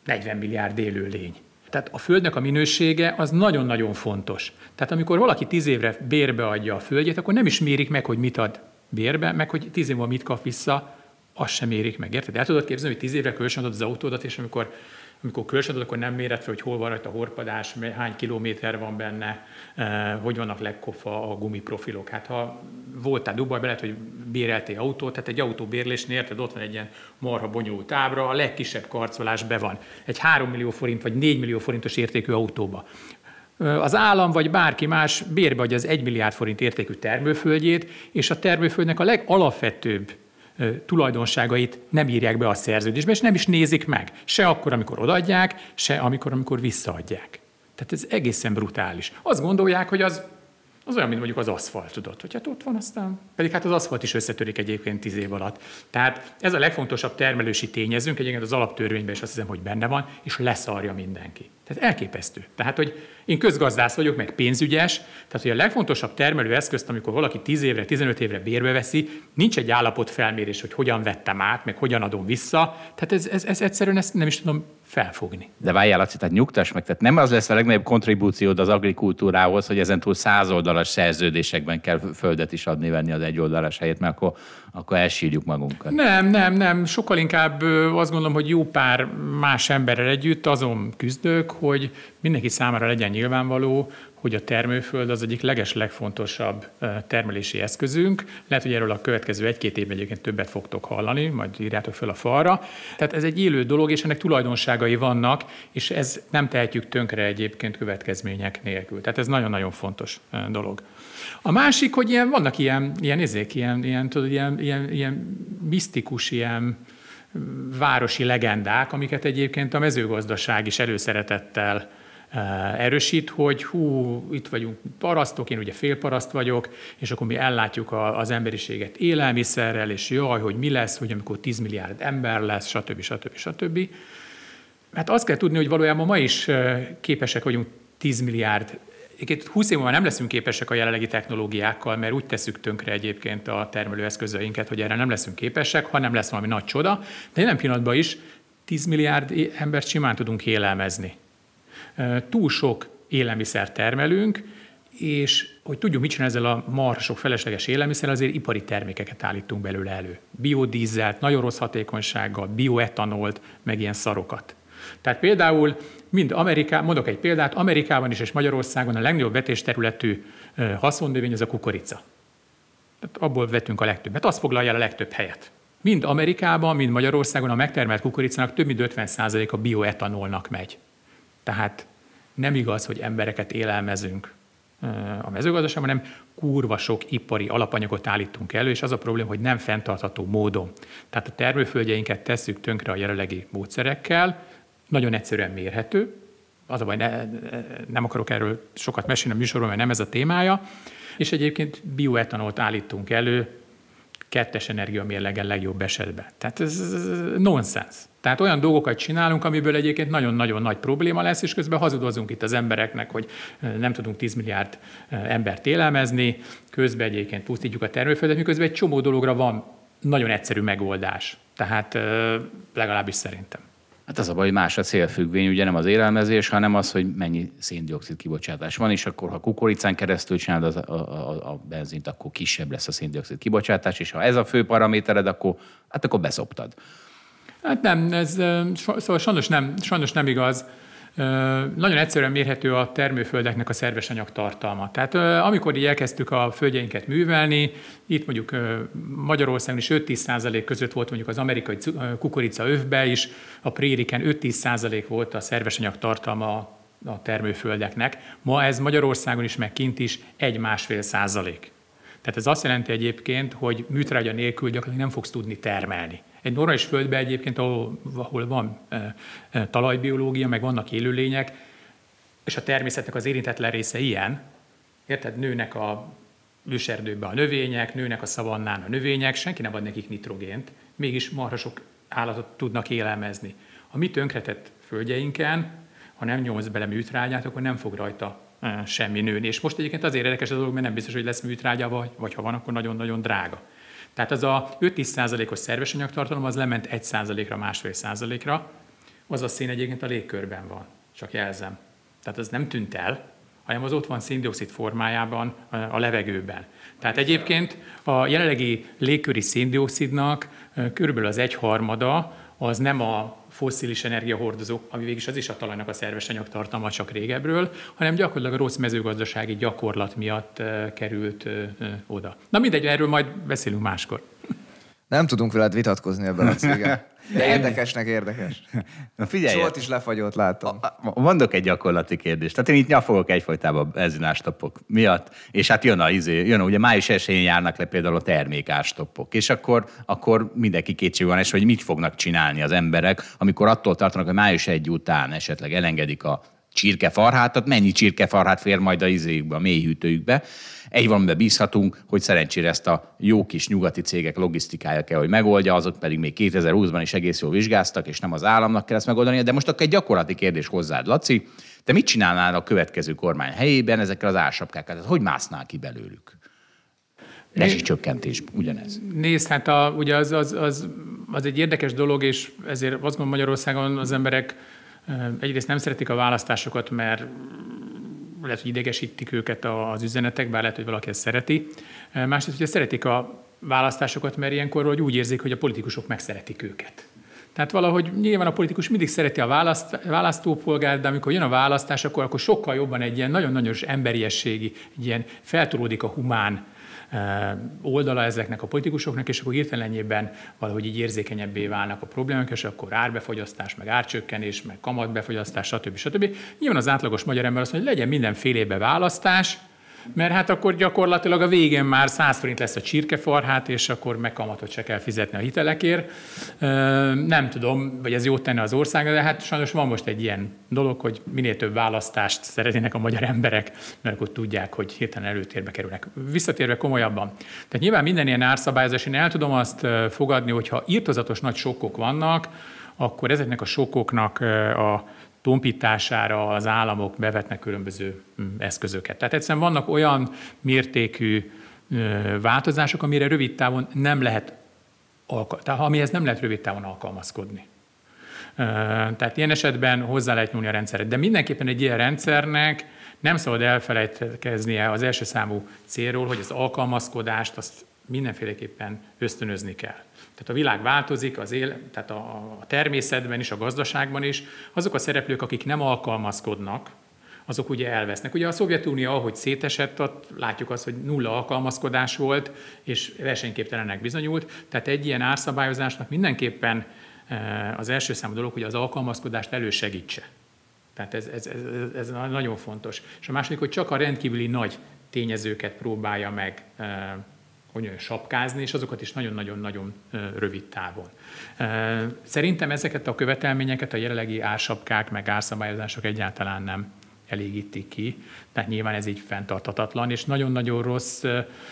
[SPEAKER 4] 40 milliárd élőlény. Tehát a Földnek a minősége az nagyon-nagyon fontos. Tehát amikor valaki 10 évre bérbe adja a Földjét, akkor nem is mérik meg, hogy mit ad bérbe, meg hogy 10 év múlva mit kap vissza, azt sem mérik meg. Érted? El tudod képzelni, hogy 10 évre kölcsönadod az autódat, és amikor kölcsönadod, akkor nem méred fel, hogy hol van rajta a horpadás, hány kilométer van benne, hogy vannak legkopva a gumiprofilok. Hát ha voltál Dubajban, lehet, hogy béreltél autót, tehát egy autóbérlésnél, érted, ott van egy ilyen marha bonyolult ábra, a legkisebb karcolás be van. Egy 3 millió forint vagy 4 millió forintos értékű autóba. Az állam vagy bárki más bérbe adja az 1 milliárd forint értékű termőföldjét, és a termőföldnek a legalapvetőbb tulajdonságait nem írják be a szerződésbe, és nem is nézik meg. Se akkor, amikor odaadják, se amikor visszaadják. Tehát ez egészen brutális. Azt gondolják, hogy az olyan, mint mondjuk az aszfalt, tudod, hogy hát ott van, aztán pedig hát az aszfalt is összetörik egyébként 10 év alatt. Tehát ez a legfontosabb termelési tényezőnk, egyébként az alaptörvényben is azt hiszem, hogy benne van, és leszarja mindenki. Tehát elképesztő. Tehát, hogy én közgazdász vagyok, meg pénzügyes, tehát, hogy a legfontosabb termelőeszközt, amikor valaki 10 évre, 15 évre bérbe veszi, nincs egy állapotfelmérés, hogy hogyan vettem át, meg hogyan adom vissza. Tehát ez egyszerűen ezt nem is tudom felfogni.
[SPEAKER 2] De várjál, Laci, tehát nyugtass meg, tehát nem az lesz a legnagyobb kontribúciód az agrikultúrához, hogy ezentúl 100 oldalas szerződésekben kell földet is adni-venni az egy oldalas helyét, mert akkor elsírjuk magunkat.
[SPEAKER 4] Nem. Sokkal inkább azt gondolom, hogy jó pár más emberrel együtt azon küzdök, hogy mindenki számára legyen nyilvánvaló, hogy a termőföld az egyik legfontosabb termelési eszközünk. Lehet, hogy erről a következő 1-2 évben egyébként többet fogtok hallani, majd írjátok fel a falra. Tehát ez egy élő dolog, és ennek tulajdonságai vannak, és ez nem tehetjük tönkre egyébként következmények nélkül. Tehát ez nagyon-nagyon fontos dolog. A másik, hogy vannak ilyen misztikus, ilyen városi legendák, amiket egyébként a mezőgazdaság is előszeretettel erősít, hogy itt vagyunk parasztok, én ugye félparaszt vagyok, és akkor mi ellátjuk az emberiséget élelmiszerrel, és jaj, hogy mi lesz, hogy amikor 10 milliárd ember lesz, stb. Hát azt kell tudni, hogy valójában ma is képesek vagyunk 10 milliárd. 20 év múlva nem leszünk képesek a jelenlegi technológiákkal, mert úgy tesszük tönkre egyébként a termelőeszközeinket, hogy erre nem leszünk képesek, ha nem lesz valami nagy csoda, de jelen pillanatban is 10 milliárd embert simán tudunk élelmezni. Túl sok élelmiszer termelünk, és hogy tudjuk, mit csinál ezzel a marha sok felesleges élelmiszer, azért ipari termékeket állítunk belőle elő. Biodízelt, nagyon rossz hatékonysággal, bioetanolt, meg ilyen szarokat. Tehát például mondok egy példát, Amerikában is és Magyarországon a legnagyobb vetésterületű haszonnövény az a kukorica. Tehát abból vetünk a legtöbbet, az foglalja el a legtöbb helyet. Mind Amerikában, mind Magyarországon a megtermelt kukoricának több mint 50% a bioetanolnak megy. Tehát nem igaz, hogy embereket élelmezünk a mezőgazdaságban, hanem kurva sok ipari alapanyagot állítunk elő, és az a probléma, hogy nem fenntartható módon. Tehát a termőföldjeinket tesszük tönkre a jelenlegi módszerekkel, nagyon egyszerűen mérhető, az a baj, nem akarok erről sokat mesélni a műsorban, mert nem ez a témája, és egyébként bioetanolt állítunk elő 2-es energiamérlegen legjobb esetben. Tehát ez nonsens. Tehát olyan dolgokat csinálunk, amiből egyébként nagyon-nagyon nagy probléma lesz, és közben hazudozunk itt az embereknek, hogy nem tudunk 10 milliárd embert élelmezni, közben egyébként pusztítjuk a termőföldet, miközben egy csomó dologra van nagyon egyszerű megoldás. Tehát legalábbis szerintem.
[SPEAKER 2] Hát az a baj, hogy más a célfüggvény, ugye nem az élelmezés, hanem az, hogy mennyi szén-dioxid kibocsátás van, és akkor ha kukoricán keresztül csinálod a benzint, akkor kisebb lesz a szén-dioxid kibocsátás, és ha ez a fő paramétered, akkor beszoptad.
[SPEAKER 4] Hát nem, szóval sajnos nem igaz. Nagyon egyszerűen mérhető a termőföldeknek a szerves anyag tartalma. Tehát amikor így elkezdtük a földjeinket művelni, itt mondjuk Magyarországon is 5-10% között volt mondjuk az amerikai kukorica övbe is, a prériken 5-10% volt a szerves anyag tartalma a termőföldeknek. Ma ez Magyarországon is, meg kint is 1-1,5%. Tehát ez azt jelenti egyébként, hogy műtrágya nélkül gyakorlatilag nem fogsz tudni termelni. Egy normális földben egyébként, ahol van talajbiológia, meg vannak élőlények, és a természetnek az érintetlen része ilyen, érted, nőnek a őserdőbe a növények, nőnek a szavannán a növények, senki nem ad nekik nitrogént, mégis marha sok állatot tudnak élelmezni. A mi tönkretett földjeinken, ha nem nyomsz bele műtrágyát, akkor nem fog rajta semmi nőni. És most egyébként azért érdekes a dolog, mert nem biztos, hogy lesz műtrágya, vagy ha van, akkor nagyon-nagyon drága. Tehát az a 5-10%-os szerves anyagtartalom az lement 1%-ra, 1,5%-ra. az a szén egyébként a légkörben van, csak jelzem. Tehát az nem tűnt el, hanem az ott van szén-dioxid formájában a levegőben. Tehát egyébként a jelenlegi légköri szén-dioxidnak körülbelül az 1/3 az nem a fosszilis energiahordozók, ami végig az is a talajnak a szerves anyagtartalma csak régebről, hanem gyakorlatilag a rossz mezőgazdasági gyakorlat miatt került oda. Na mindegy, erről majd beszélünk máskor.
[SPEAKER 3] Nem tudunk veled vitatkozni ebben a cégen. De érdekes.
[SPEAKER 2] Na figyelj!
[SPEAKER 3] Zsolt is lefagyott, láttam.
[SPEAKER 2] Mondok egy gyakorlati kérdést. Tehát én itt nyafogok egyfolytában benzinárstoppok miatt, és hát jön ugye május 1-én járnak le például a termékárstoppok, és akkor mindenki kétségbe van, és hogy mit fognak csinálni az emberek, amikor attól tartanak, hogy május 1 után esetleg elengedik a csirkefarhátat, mennyi csirkefarhát fér majd a mélyhűtőjükbe. Egy valamiben bízhatunk, hogy szerencsére ezt a jó kis nyugati cégek logisztikája kell, hogy megoldja, azok pedig még 2020-ban is egész jól vizsgáztak, és nem az államnak kell ezt megoldani. De most akkor egy gyakorlati kérdés hozzád, Laci. Te mit csinálnál a következő kormány helyében ezekkel az ársapkákkal? Tehát hogy másznál ki belőlük? Rezsicsökkentés, ugyanez.
[SPEAKER 4] Nézd, hát ugye az egy érdekes dolog, és ezért azt gondolom Magyarországon az emberek egyrészt nem szeretik a választásokat, mert lehet, hogy idegesítik őket az üzenetek, bár lehet, hogy valaki ezt szereti. Másrészt, hogy szeretik a választásokat, mert ilyenkor úgy érzik, hogy a politikusok megszeretik őket. Tehát valahogy nyilván a politikus mindig szereti a választópolgárt, de amikor jön a választás, akkor sokkal jobban egy ilyen nagyon-nagyon emberiességi, egy ilyen feltolódik a humán oldala ezeknek a politikusoknak, és akkor hirtelenjében valahogy így érzékenyebbé válnak a problémák, és akkor árbefogyasztás, meg árcsökkenés, meg kamatbefogyasztás, stb. Nyilván az átlagos magyar ember azt mondja, hogy legyen minden fél évben választás, mert hát akkor gyakorlatilag a végén már 100 forint lesz a csirkefarhát, és akkor meg kamatot se kell fizetni a hitelekért. Nem tudom, vagy ez jót tenne az országnak, de hát sajnos van most egy ilyen dolog, hogy minél több választást szeretnének a magyar emberek, mert akkor tudják, hogy hirtelen előtérbe kerülnek. Visszatérve komolyabban. Tehát nyilván minden ilyen árszabályozás, én el tudom azt fogadni, hogyha irtózatos nagy sokkok vannak, akkor ezeknek a sokkoknak a tompítására az államok bevetnek különböző eszközöket. Tehát egyszerűen vannak olyan mértékű változások, amire rövid távon nem lehet, amihez nem lehet rövid távon alkalmazkodni. Tehát ilyen esetben hozzá lehet nyúlni a rendszerre. De mindenképpen egy ilyen rendszernek nem szabad elfelejtkeznie az első számú célról, hogy az alkalmazkodást azt mindenféleképpen ösztönözni kell. Tehát a világ változik, tehát a természetben is, a gazdaságban is. Azok a szereplők, akik nem alkalmazkodnak, azok ugye elvesznek. Ugye a Szovjetunió, ahogy szétesett, ott látjuk azt, hogy nulla alkalmazkodás volt, és versenyképtelennek bizonyult. Tehát egy ilyen árszabályozásnak mindenképpen az első számú dolog, hogy az alkalmazkodást elősegítse. Tehát ez nagyon fontos. És a második, hogy csak a rendkívüli nagy tényezőket próbálja meg sapkázni, és azokat is nagyon-nagyon-nagyon rövid távon. Szerintem ezeket a követelményeket a jelenlegi ársapkák meg árszabályozások egyáltalán nem elégítik ki, tehát nyilván ez így fenntarthatatlan, és nagyon-nagyon rossz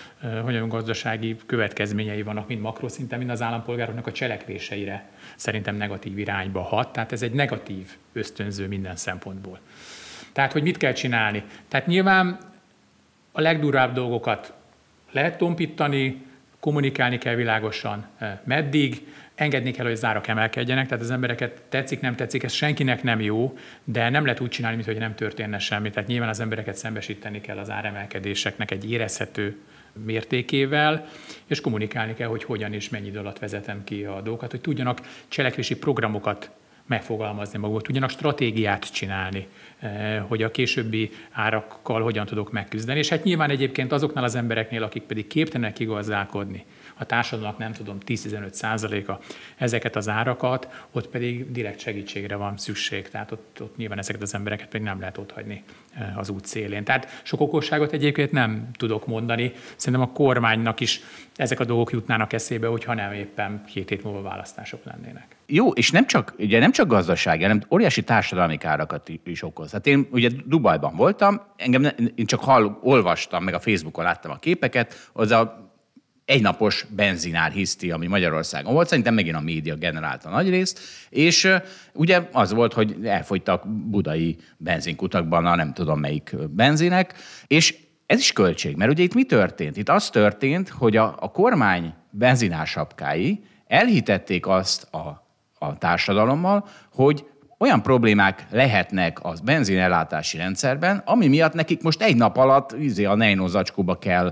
[SPEAKER 4] gazdasági következményei vannak, mind makroszinten, mind az állampolgároknak a cselekvéseire szerintem negatív irányba hat, tehát ez egy negatív ösztönző minden szempontból. Tehát, hogy mit kell csinálni? Tehát nyilván a legdurvább dolgokat lehet tompítani, kommunikálni kell világosan, meddig, engedni kell, hogy az árak emelkedjenek, tehát az embereket tetszik, nem tetszik, ez senkinek nem jó, de nem lehet úgy csinálni, mintha nem történne semmi. Tehát nyilván az embereket szembesíteni kell az áremelkedéseknek egy érezhető mértékével, és kommunikálni kell, hogy hogyan és mennyi idő alatt vezetem ki a dolgokat, hogy tudjanak cselekvési programokat megfogalmazni magukat, tudjanak stratégiát csinálni, hogy a későbbi árakkal hogyan tudok megküzdeni. És hát nyilván egyébként azoknál az embereknél, akik pedig képtelenek kigazdálkodni, a társadalomnak nem tudom, 10-15%-a ezeket az árakat, ott pedig direkt segítségre van szükség. Tehát ott nyilván ezeket az embereket pedig nem lehet otthagyni az út szélén. Tehát sok okosságot egyébként nem tudok mondani. Szerintem a kormánynak is ezek a dolgok jutnának eszébe, hogyha nem éppen 2 hét múlva választások lennének.
[SPEAKER 2] Jó, és nem csak gazdasági, hanem óriási társadalmi károkat is okoz. Hát én ugye Dubajban voltam, én csak olvastam, meg a Facebookon láttam a képeket, az a egynapos benzinár hiszti, ami Magyarországon volt, szerintem megint a média generálta nagy részt, és ugye az volt, hogy elfogytak budai benzinkutakban a nem tudom melyik benzinek, és ez is költség, mert ugye itt mi történt? Itt az történt, hogy a kormány benzinársapkái elhitették azt a társadalommal, hogy olyan problémák lehetnek az benzinellátási rendszerben, ami miatt nekik most egy nap alatt a Nejno zacskóba kell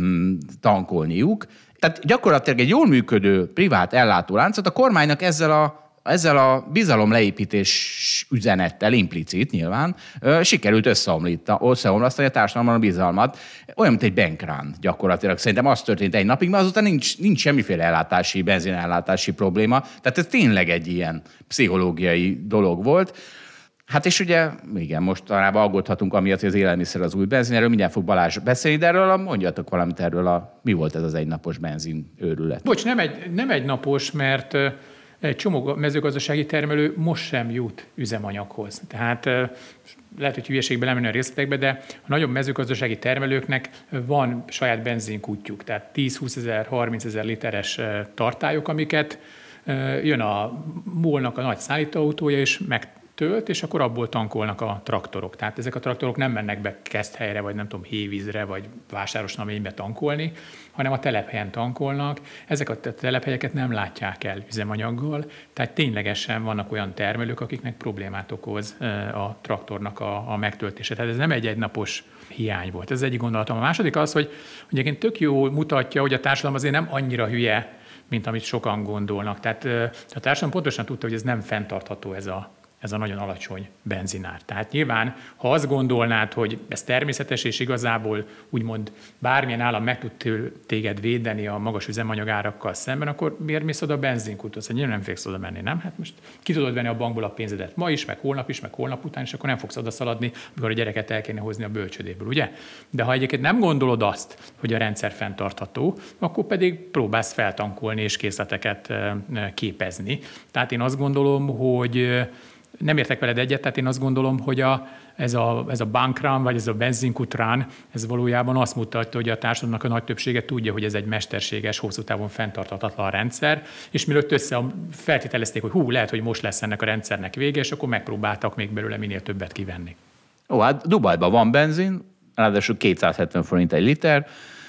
[SPEAKER 2] tankolniuk. Tehát gyakorlatilag egy jól működő privát ellátóláncot a kormánynak ezzel a bizalomleépítés üzenettel, implicit nyilván, sikerült összeomlasztani a társadalomban a bizalmat. Olyan, mint egy bankrun gyakorlatilag. Szerintem az történt egy napig, mert azután nincs semmiféle benzinellátási probléma. Tehát ez tényleg egy ilyen pszichológiai dolog volt. Hát és ugye, igen, mostanában aggódhatunk amiatt, hogy az élelmiszer az új benzin. Erről mindjárt fog Balázs beszélni, de erről mondjatok valamit erről, mi volt ez az egynapos benzin őrület?
[SPEAKER 4] Bocs, nem egy napos, mert egy csomó mezőgazdasági termelő most sem jut üzemanyaghoz. Tehát lehet, hogy hülyeségbe lemenni a részletekbe, de a nagyobb mezőgazdasági termelőknek van saját benzinkutyjuk, tehát 10-20 ezer, 30 ezer literes tartályok, amiket jön a MOL-nak a nagy szállítóautója, és megtölt, és akkor abból tankolnak a traktorok. Tehát ezek a traktorok nem mennek be Keszthelyre, vagy nem tudom, Hévízre, vagy Vásárosnaménybe tankolni, hanem a telephelyen tankolnak. Ezek a telephelyeket nem látják el üzemanyaggal, tehát ténylegesen vannak olyan termelők, akiknek problémát okoz a traktornak a megtöltése. Tehát ez nem egy egynapos hiány volt. Ez egyik gondolatom. A második az, hogy egyébként tök jól mutatja, hogy a társadalom azért nem annyira hülye, mint amit sokan gondolnak. Tehát a társadalom pontosan tudta, hogy ez nem fenntartható ez a nagyon alacsony benzinár. Tehát nyilván, ha azt gondolnád, hogy ez természetes, és igazából úgymond bármilyen állam meg tud téged védeni a magas üzemanyagárakkal szemben, akkor miért mész oda a benzinkúthoz? Hát nyilván nem fogsz oda menni, nem? Hát most ki tudod venni a bankból a pénzedet ma is, meg holnap után, és akkor nem fogsz oda szaladni, amikor a gyereket el kéne hozni a bölcsödéből, ugye? De ha egyébként nem gondolod azt, hogy a rendszer fenntartható, akkor pedig próbálsz feltankolni és készleteket képezni. Tehát én azt gondolom, hogy nem értek veled egyet, tehát én azt gondolom, hogy ez a bankrun, vagy ez a benzinkutrán, ez valójában azt mutatja, hogy a társadalomnak a nagy többsége tudja, hogy ez egy mesterséges, hosszú távon fenntarthatatlan rendszer, és mielőtt feltételezték, hogy lehet, hogy most lesz ennek a rendszernek vége, és akkor megpróbáltak még belőle minél többet kivenni.
[SPEAKER 2] Ó, hát Dubajban van benzin, ráadásul 270 forint egy liter,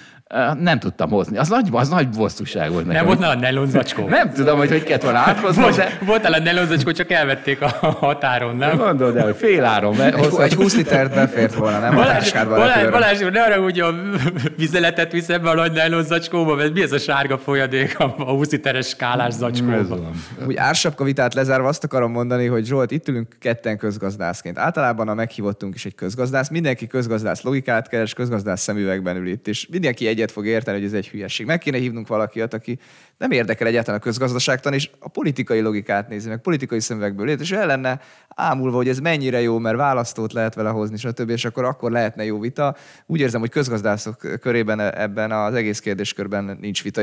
[SPEAKER 2] nem tudtam hozni. Az nagy bosszúság volt nekem.
[SPEAKER 4] Nem volt nála nelonzacskó?
[SPEAKER 2] Nem tudom, hogy kellett volna áthozni.
[SPEAKER 4] Volt nála nelonzacskó, csak elvették a határon, nem?
[SPEAKER 2] Gondold el, hogy fél áron.
[SPEAKER 3] Egy 20 litert befért volna, nem a táskádba.
[SPEAKER 4] Balázs, ne arra úgy a vizeletet visz ebbe a nagy nelonzacskóba, mert mi ez a sárga folyadék a 20 literes skálás zacskóba?
[SPEAKER 3] Úgy ársapka vitát lezárva azt akarom mondani, hogy Zsolt, itt ülünk ketten közgazdászként. Általában a meghívottunk is egy közgazdász. Mindenki közgazdász logikát keres, közgazdász szemüvegben ül itt, és mindenki egyet fog érteni, hogy ez egy hülyeség. Meg kéne hívnunk valakit, aki nem érdekel egyáltalán a közgazdaságtan, és a politikai logikát nézi meg, politikai szemüvegből lét, és el lenne ámulva, hogy ez mennyire jó, mert választót lehet vele hozni, stb., és akkor lehetne jó vita. Úgy érzem, hogy közgazdászok körében ebben az egész kérdéskörben nincs vita,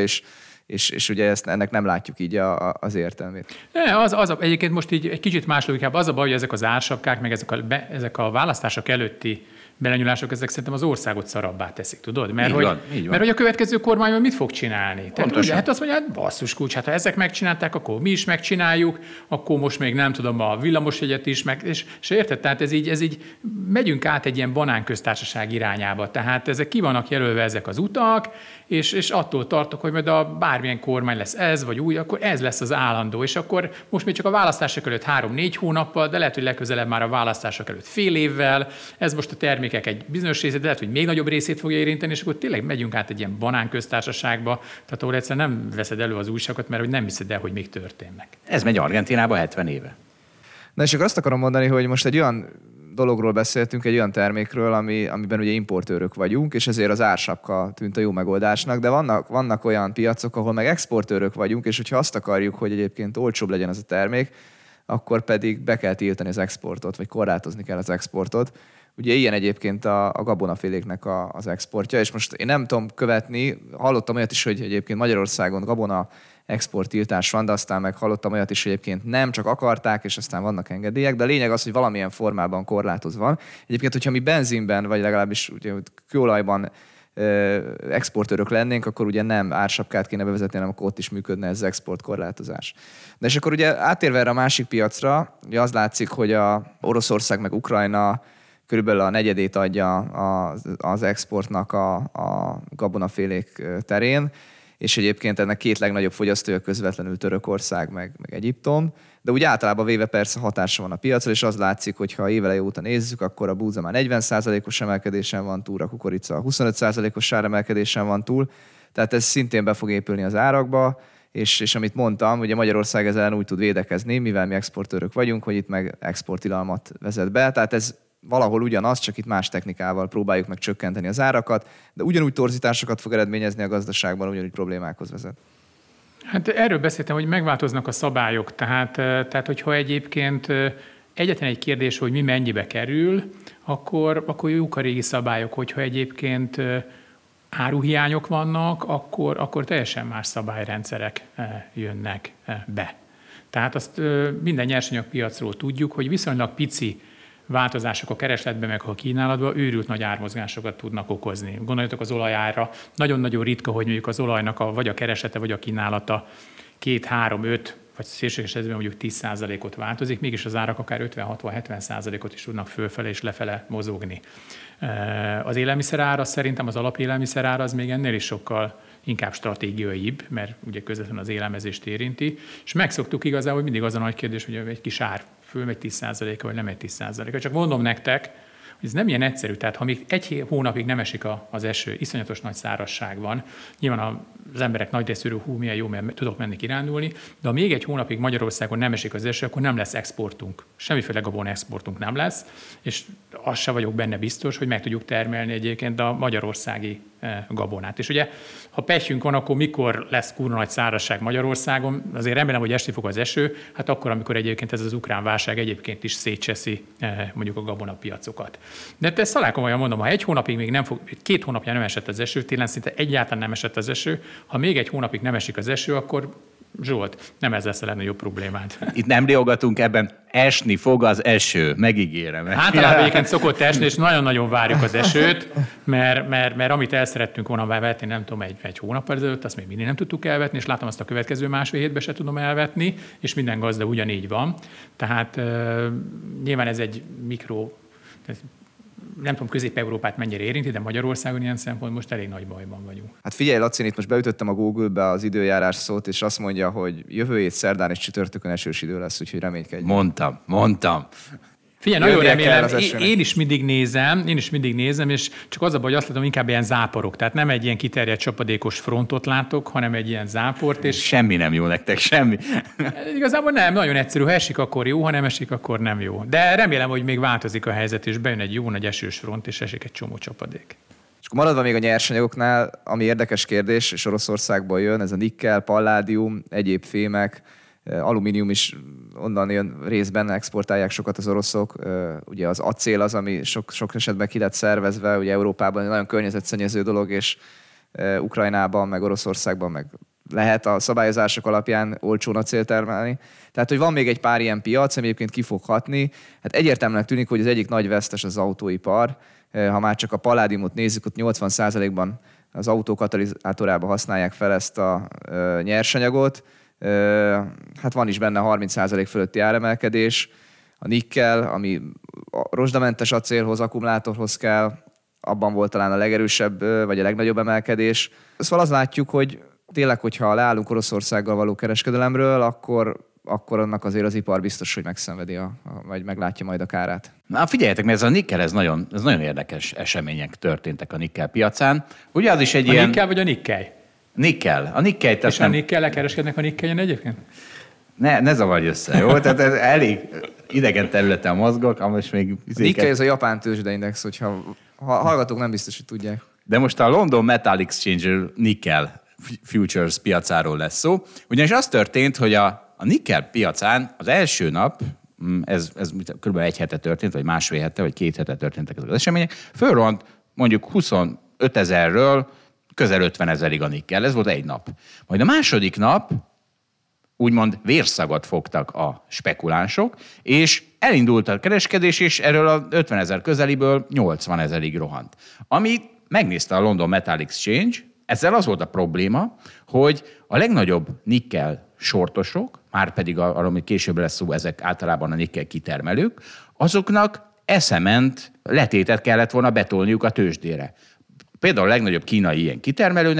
[SPEAKER 3] és ugye ennek nem látjuk így az értelmét.
[SPEAKER 4] Egyébként most így egy kicsit más logikában az a baj, hogy ezek az ársapkák, meg ezek a választások előtti belenyúlások, ezek szerintem az országot szarabbá teszik, tudod? Mert hogy a következő kormány mit fog csinálni? Tehát, hát azt mondja, basszus kulcs, hát ha ezek megcsinálták, akkor mi is megcsináljuk, akkor most még nem tudom, a villamosjegyet is, és érted? Tehát ez így megyünk át egy ilyen banánköztársaság irányába. Tehát ezek ki vannak jelölve ezek az utak, és attól tartok, hogy majd bármilyen kormány lesz ez, vagy új, akkor ez lesz az állandó. És akkor most még csak a választások előtt 3-4 hónappal, de lehet, hogy legközelebb már a választások előtt fél évvel, ez most a termékek egy bizonyos részét, de lehet, hogy még nagyobb részét fogja érinteni, és akkor tényleg megyünk át egy ilyen banánköztársaságba, tehát ahol egyszerűen nem veszed elő az újságokat, mert hogy nem hiszed el, hogy még történnek.
[SPEAKER 2] Ez megy Argentínában 70 éve.
[SPEAKER 3] Na és akkor azt akarom mondani, hogy most egy olyan dologról beszéltünk, egy olyan termékről, amiben ugye importőrök vagyunk, és ezért az ársapka tűnt a jó megoldásnak, de vannak olyan piacok, ahol meg exportőrök vagyunk, és hogyha azt akarjuk, hogy egyébként olcsóbb legyen ez a termék, akkor pedig be kell tiltani az exportot, vagy korlátozni kell az exportot. Ugye ilyen egyébként a gabonaféléknek az exportja, és most én nem tudom követni, hallottam olyat is, hogy egyébként Magyarországon gabona exporttiltás van, de aztán meg hallottam olyat is, hogy egyébként nem csak akarták, és aztán vannak engedélyek, de a lényeg az, hogy valamilyen formában korlátozva van. Egyébként, hogyha mi benzinben, vagy legalábbis ugye, kőolajban exportőrök lennénk, akkor ugye nem ársapkát kéne bevezetni, hanem akkor ott is működne ez az exportkorlátozás. De és akkor ugye átérve erre a másik piacra, ugye az látszik, hogy Oroszország meg Ukrajna körülbelül a negyedét adja az exportnak a gabonafélék terén, és egyébként ennek két legnagyobb fogyasztója közvetlenül Törökország, meg Egyiptom, de úgy általában véve persze hatása van a piacra, és az látszik, hogy ha éveleje óta nézzük, akkor a búza már 40%-os emelkedésen van túl, a kukorica 25%-os áremelkedésen van túl, tehát ez szintén be fog épülni az árakba, és amit mondtam, ugye Magyarország ezzel úgy tud védekezni, mivel mi exportőrök vagyunk, hogy itt meg exporttilalmat vezet be, tehát ez valahol ugyanaz, csak itt más technikával próbáljuk meg csökkenteni az árakat, de ugyanúgy torzításokat fog eredményezni a gazdaságban, ugyanúgy problémákhoz vezet.
[SPEAKER 4] Hát erről beszéltem, hogy megváltoznak a szabályok, tehát hogyha egyébként egyetlen egy kérdés, hogy mi mennyibe kerül, akkor jók a régi szabályok, hogyha egyébként áruhiányok vannak, akkor teljesen más szabályrendszerek jönnek be. Tehát azt minden nyersanyagpiacról tudjuk, hogy viszonylag pici változások a keresletben, meg a kínálatban őrült nagy ármozgásokat tudnak okozni. Gondoljatok az olajára, nagyon-nagyon ritka, hogy mondjuk az olajnak vagy a kereslete, vagy a kínálata 2, 3, 5, vagy szélsőséges esetben mondjuk 10%-ot változik, mégis az árak akár 50-60-70%-ot is tudnak fölfele és lefele mozogni. Az élelmiszerár, szerintem az alapélelmiszerár az még ennél is sokkal inkább stratégiaibb, mert ugye közvetlenül az élelmezést érinti, és megszoktuk igazából, hogy mindig az a nagy kérdés, hogy egy kis ár fölmegy 10%-a, vagy nem egy 10%-a. Csak mondom nektek, hogy ez nem ilyen egyszerű. Tehát ha még egy hónapig nem esik az eső, iszonyatos nagy szárazság van, nyilván az emberek nagy részéről milyen jó, mert tudok menni kirándulni, de ha még egy hónapig Magyarországon nem esik az eső, akkor nem lesz exportunk. Semmiféle gabona exportunk nem lesz, és azt se vagyok benne biztos, hogy meg tudjuk termelni egyébként a magyarországi gabonát. És ugye, ha pehjünk van, akkor mikor lesz kurva nagy szárazság Magyarországon? Azért remélem, hogy esni fog az eső, hát akkor, amikor egyébként ez az ukrán válság egyébként is szétcseszi mondjuk a gabonapiacokat. De ezt talán komolyan mondom, ha egy hónapig még nem fog, 2 hónapja nem esett az eső, télen szinte egyáltalán nem esett az eső, ha még egy hónapig nem esik az eső, akkor Zsolt, nem ez lesz a legnagyobb problémád.
[SPEAKER 2] Itt nem riogatunk ebben, esni fog az eső, megígérem.
[SPEAKER 4] Általában egyébként szokott esni, és nagyon-nagyon várjuk az esőt, mert amit el szerettünk volna elvetni, nem tudom, egy hónap ezelőtt, azt még mindig nem tudtuk elvetni, és látom azt a következő másfél hétben se tudom elvetni, és minden gazda ugyanígy van. Tehát nyilván ez egy nem tudom, Közép-Európát mennyire érinti, de Magyarországon ilyen szempont most elég nagy bajban vagyunk.
[SPEAKER 3] Hát figyelj, Laci, itt most beütöttem a Google-be az időjárás szót, és azt mondja, hogy jövő hét szerdán és csütörtökön esős idő lesz, úgyhogy reménykedj.
[SPEAKER 2] Mondtam.
[SPEAKER 4] Figyelj, nagyon remélem, én is mindig nézem, és csak az a baj, hogy azt látom, inkább ilyen záporok. Tehát nem egy ilyen kiterjedt csapadékos frontot látok, hanem egy ilyen záport. És
[SPEAKER 2] semmi nem jó nektek, semmi.
[SPEAKER 4] Igazából nem, nagyon egyszerű. Ha esik, akkor jó, ha nem esik, akkor nem jó. De remélem, hogy még változik a helyzet, és bejön egy jó nagy esős front, és esik egy csomó csapadék.
[SPEAKER 3] És akkor maradva még a nyersanyagoknál, ami érdekes kérdés, és Oroszországból jön, ez a nikkel, palládium, egyéb fémek, alumínium is onnan jön, részben exportálják sokat az oroszok. Ugye az acél az, ami sok esetben ki lett szervezve, ugye Európában nagyon környezetszennyező dolog, és Ukrajnában, meg Oroszországban meg lehet a szabályozások alapján olcsón acél termelni. Tehát, hogy van még egy pár ilyen piac, ami egyébként ki fog hatni. Hát egyértelműen tűnik, hogy az egyik nagy vesztes az autóipar. Ha már csak a palládiumot nézzük, ott 80%-ban az autó katalizátorában használják fel ezt a nyersanyagot. Hát van is benne 30% fölötti áremelkedés. A nikkel, ami a rozsdamentes acélhoz, akkumulátorhoz kell, abban volt talán a legerősebb, vagy a legnagyobb emelkedés. Szóval azt látjuk, hogy tényleg, hogyha leállunk Oroszországgal való kereskedelemről, akkor annak azért az ipar biztos, hogy megszenvedi, vagy meglátja majd a kárát.
[SPEAKER 2] Na figyeljetek, mert ez a nikkel, ez nagyon érdekes események történtek a nikkel piacán. Ugye az is egy ilyen...
[SPEAKER 4] A nikkel vagy a nikkely?
[SPEAKER 2] Nikkel. A nikkelyt...
[SPEAKER 4] És a nikkellel kereskednek a nikkelyen egyébként?
[SPEAKER 2] Ne zavarj össze, jó? Tehát ez elég idegen területen mozgok, most még...
[SPEAKER 3] A nikkely ez a japán tőzsdeindex, hogyha hallgatók nem biztos, hogy tudják.
[SPEAKER 2] De most a London Metal Exchange Nickel Futures piacáról lesz szó. Ugyanis az történt, hogy a nikkel piacán az első nap, ez kb. Egy hete történt, vagy másfél hete, vagy 2 hete történtek ezek az események, fölrohant mondjuk 25 000-ről közel 50 000-ig a nikkel. Ez volt egy nap. Majd a második nap úgymond vérszagot fogtak a spekulánsok, és elindult a kereskedés, és erről a 50 000 közeliből 80 000-ig rohant. Ami megnézte a London Metal Exchange, ezzel az volt a probléma, hogy a legnagyobb nikkel sortosok, már pedig arról, hogy később lesz szó, ezek általában a nikkel kitermelők, azoknak eszement letétet kellett volna betolniuk a tőzsdére. Például a legnagyobb kínai ilyen kitermelőnek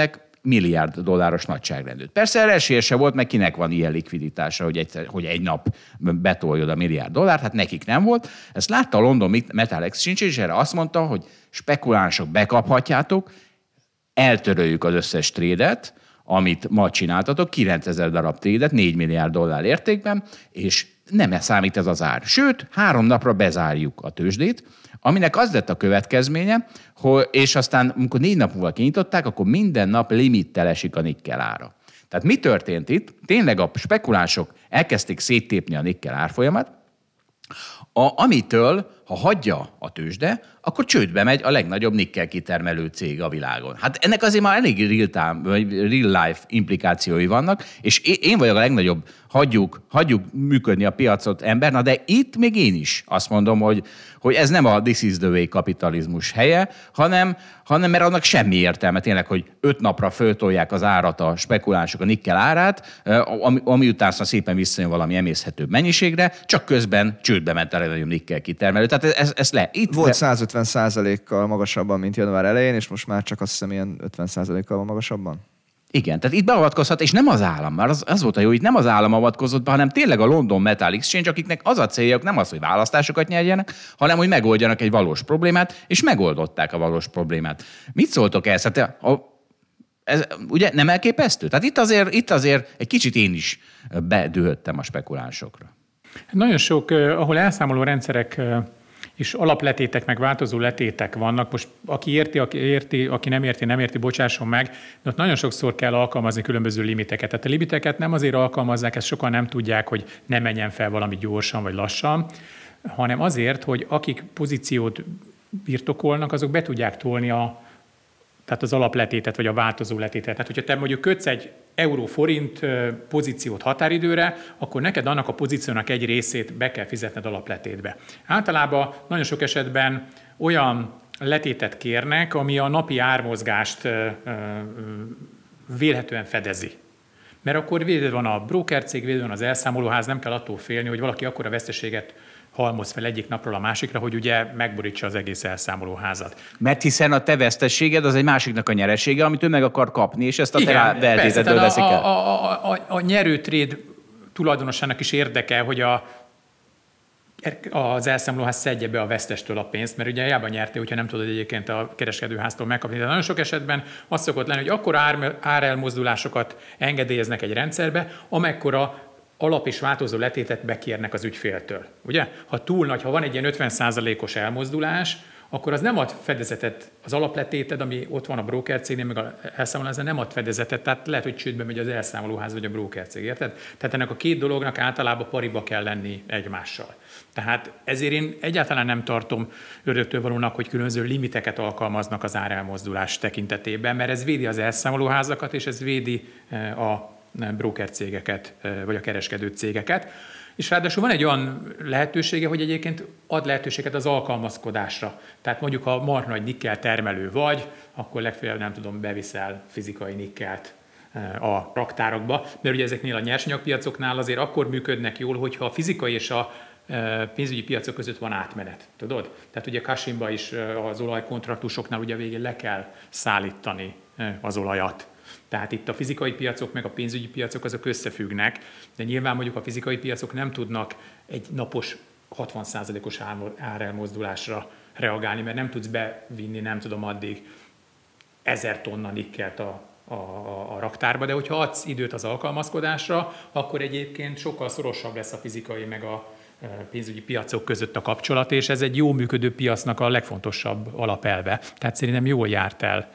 [SPEAKER 2] milliárd dolláros nagyságrendűt. Persze erre esélye se volt, meg kinek van ilyen likviditása, hogy egy nap betoljod a milliárd dollárt, hát nekik nem volt. Ezt látta a London Metal Exchange, és erre azt mondta, hogy spekulánsok, bekaphatjátok, eltöröljük az összes trédet, amit ma csináltatok, 9000 darab trédet, 4 milliárd dollár értékben, és nem számít ez az ár. Sőt, 3 napra bezárjuk a tőzsdét, aminek az lett a következménye, és aztán, amikor 4 nap múlva kinyitották, akkor minden nap limittel esik a nikkel ára. Tehát mi történt itt? Tényleg a spekulánsok elkezdték széttépni a nikkel árfolyamat, amitől, ha hagyja a tőzsde, akkor csődbe megy a legnagyobb nikkel kitermelő cég a világon. Hát ennek azért már elég real-life implikációi vannak, és én vagyok a legnagyobb, hagyjuk működni a piacot ember, na de itt még én is azt mondom, hogy ez nem a this is the way kapitalizmus helye, hanem mert annak semmi értelme tényleg, hogy 5 napra föltolják az árat a spekulánsok, a nikkel árát, ami után szépen visszajön valami emészhetőbb mennyiségre, csak közben csődbe ment a legnagyobb nikkel kitermelő. Tehát itt
[SPEAKER 3] volt 150%-kal magasabban, mint január elején, és most már csak azt hiszem ilyen 50%-kal van magasabban.
[SPEAKER 2] Igen, tehát itt beavatkozhat, és nem az állam, már az volt a jó, itt nem az állam avatkozott be, hanem tényleg a London Metal Exchange, akiknek az a céljuk nem az, hogy választásokat nyerjenek, hanem hogy megoldjanak egy valós problémát, és megoldották a valós problémát. Mit szóltok ehhez? Hát, ez ugye nem elképesztő? Tehát itt azért egy kicsit én is bedühöttem a spekulánsokra.
[SPEAKER 4] Nagyon sok, ahol elszámoló rendszerek és alapletétek, meg változó letétek vannak. Most aki érti, aki nem érti, bocsásson meg, de ott nagyon sokszor kell alkalmazni különböző limiteket. Tehát a limiteket nem azért alkalmazzák, ezt sokan nem tudják, hogy ne menjen fel valami gyorsan vagy lassan, hanem azért, hogy akik pozíciót birtokolnak, azok be tudják tolni tehát az alapletétet, vagy a változó letétet. Tehát, hogyha te mondjuk kötsz egy euró-forint pozíciót határidőre, akkor neked annak a pozíciónak egy részét be kell fizetned alapletétbe. Általában nagyon sok esetben olyan letétet kérnek, ami a napi ármozgást vélhetően fedezi. Mert akkor védve van a brokercég, védve van az elszámolóház, nem kell attól félni, hogy valaki akkora veszteséget halmoz fel egyik napról a másikra, hogy ugye megborítsa az egész elszámolóházat.
[SPEAKER 2] Mert hiszen a te veszteséged az egy másiknak a nyeresége, amit ő meg akar kapni, és ezt a te feltétedből veszik el.
[SPEAKER 4] A nyerő tréd tulajdonosának is érdeke, hogy az elszámolóház szedje be a vesztestől a pénzt, mert ugye hiába nyertél, hogyha nem tudod egyébként a kereskedőháztól megkapni. De nagyon sok esetben az szokott lenni, hogy akkora árelmozdulásokat engedélyeznek egy rendszerbe, amekkora alap- és változó letétet bekérnek az ügyféltől. Ugye? Ha túl nagy, ha van egy ilyen 50%-os elmozdulás, akkor az nem ad fedezetet, az alapletéted, ami ott van a brokercégnél, meg az elszámolóháznál nem ad fedezetet, tehát lehet, hogy csődbe megy az elszámolóház vagy a brokercég, érted? Tehát ennek a két dolognak általában pariba kell lenni egymással. Tehát ezért én egyáltalán nem tartom ördögtől valónak, hogy különböző limiteket alkalmaznak az árelmozdulás tekintetében, mert ez védi az elszámolóházakat, és ez védi a brokercégeket, vagy a kereskedő cégeket. És ráadásul van egy olyan lehetősége, hogy egyébként ad lehetőséget az alkalmazkodásra. Tehát mondjuk, ha marha nagy nikkel termelő vagy, akkor legfeljebb nem tudom, beviszel fizikai nikkelt a raktárokba, mert ugye ezeknél a nyersanyagpiacoknál azért akkor működnek jól, hogyha a fizikai és a pénzügyi piacok között van átmenet, tudod? Tehát ugye Kashimba is az olajkontraktusoknál ugye végén le kell szállítani az olajat. Tehát itt a fizikai piacok meg a pénzügyi piacok azok összefüggnek, de nyilván mondjuk a fizikai piacok nem tudnak egy napos 60%-os árelmozdulásra reagálni, mert nem tudsz bevinni, nem tudom addig 1000 tonna nikkelt a raktárba, de hogyha adsz időt az alkalmazkodásra, akkor egyébként sokkal szorosabb lesz a fizikai meg a pénzügyi piacok között a kapcsolat, és ez egy jó működő piacnak a legfontosabb alapelve. Tehát szerintem jól járt el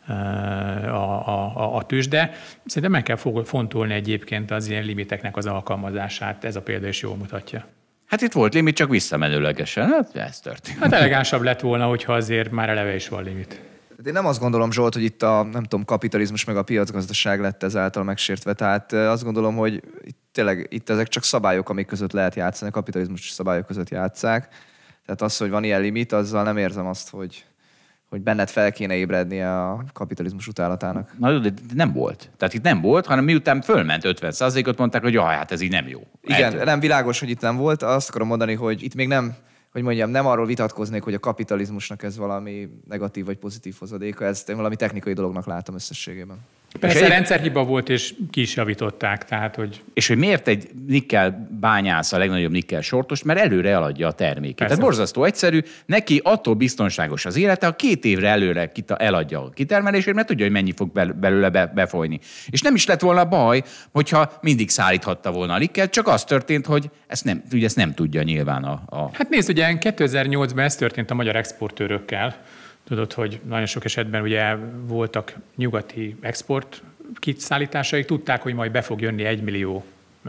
[SPEAKER 4] a tőzsde. Szerintem meg kell fontolni egyébként az ilyen limiteknek az alkalmazását. Ez a példa is jól mutatja.
[SPEAKER 2] Hát itt volt limit, csak visszamenőlegesen. Hát ez történt.
[SPEAKER 4] Hát elegánsabb lett volna, hogyha azért már eleve is van limit.
[SPEAKER 3] Én nem azt gondolom, Zsolt, hogy itt a kapitalizmus meg a piacgazdaság lett ezáltal megsértve. Tehát azt gondolom, hogy itt ezek csak szabályok, amik között lehet játszani, a kapitalizmus szabályok között játsszák. Tehát az, hogy van ilyen limit, azzal nem érzem azt, hogy benned fel kéne ébrednie a kapitalizmus utálatának.
[SPEAKER 2] Na, de nem volt. Tehát itt nem volt, hanem miután fölment 50%-ot, mondták, hogy jaj, hát ez így nem jó.
[SPEAKER 3] Igen, nem világos, hogy itt nem volt. Azt akarom mondani, hogy itt még nem arról vitatkoznék, hogy a kapitalizmusnak ez valami negatív vagy pozitív hozadéka. Ezt én valami technikai dolognak látom összességében.
[SPEAKER 4] Persze rendszerhiba volt, és ki is javították. Tehát, hogy...
[SPEAKER 2] És hogy miért egy nikkel bányász a legnagyobb nikkel sortos? Mert előre eladja a terméket. Persze. Tehát borzasztó egyszerű, neki attól biztonságos az élete, ha 2 évre előre eladja a kitermelését, mert tudja, hogy mennyi fog belőle befolyni. És nem is lett volna baj, hogyha mindig szállíthatta volna a nikkelt, csak az történt, hogy ezt nem tudja nyilván a...
[SPEAKER 4] Hát nézd, ugye 2008-ban ez történt a magyar exportőrökkel. Tudod, hogy nagyon sok esetben ugye voltak nyugati export kiszállításaik, tudták, hogy majd be fog jönni 1 millió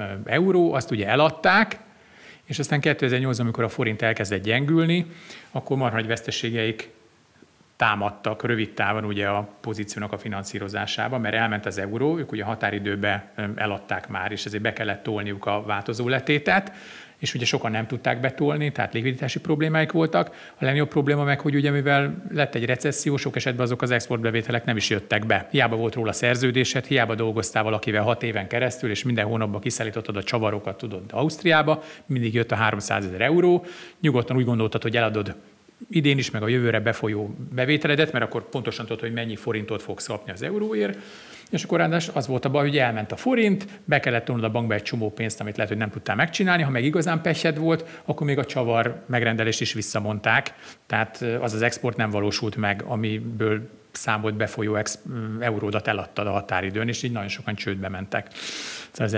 [SPEAKER 4] euró, azt ugye eladták, és aztán 2008-ban, amikor a forint elkezdett gyengülni, akkor marha nagy veszteségeik támadtak rövid távon ugye a pozíciónak a finanszírozásába, mert elment az euró, ők ugye határidőben eladták már, és ezért be kellett tolniuk a változó letétet, és ugye sokan nem tudták betolni, tehát likviditási problémáik voltak. A legnagyobb probléma meg, hogy ugye mivel lett egy recesszió, sok esetben azok az exportbevételek nem is jöttek be. Hiába volt róla szerződésed, hiába dolgoztál valakivel 6 éven keresztül, és minden hónapban kiszállítottad a csavarokat, tudod, Ausztriába, mindig jött a 300 000 euró, nyugodtan úgy gondoltad, hogy eladod idén is, meg a jövőre befolyó bevételedet, mert akkor pontosan tudod, hogy mennyi forintot fogsz kapni az euróért, és akkor ráadásul az volt a baj, hogy elment a forint, be kellett tolnod a bankba egy csomó pénzt, amit lehet, hogy nem tudtál megcsinálni, ha meg igazán pehjed volt, akkor még a csavar megrendelést is visszamondták, tehát az az export nem valósult meg, amiből számolt befolyó euródat eladtad a határidőn, és így nagyon sokan csődbe mentek. Szóval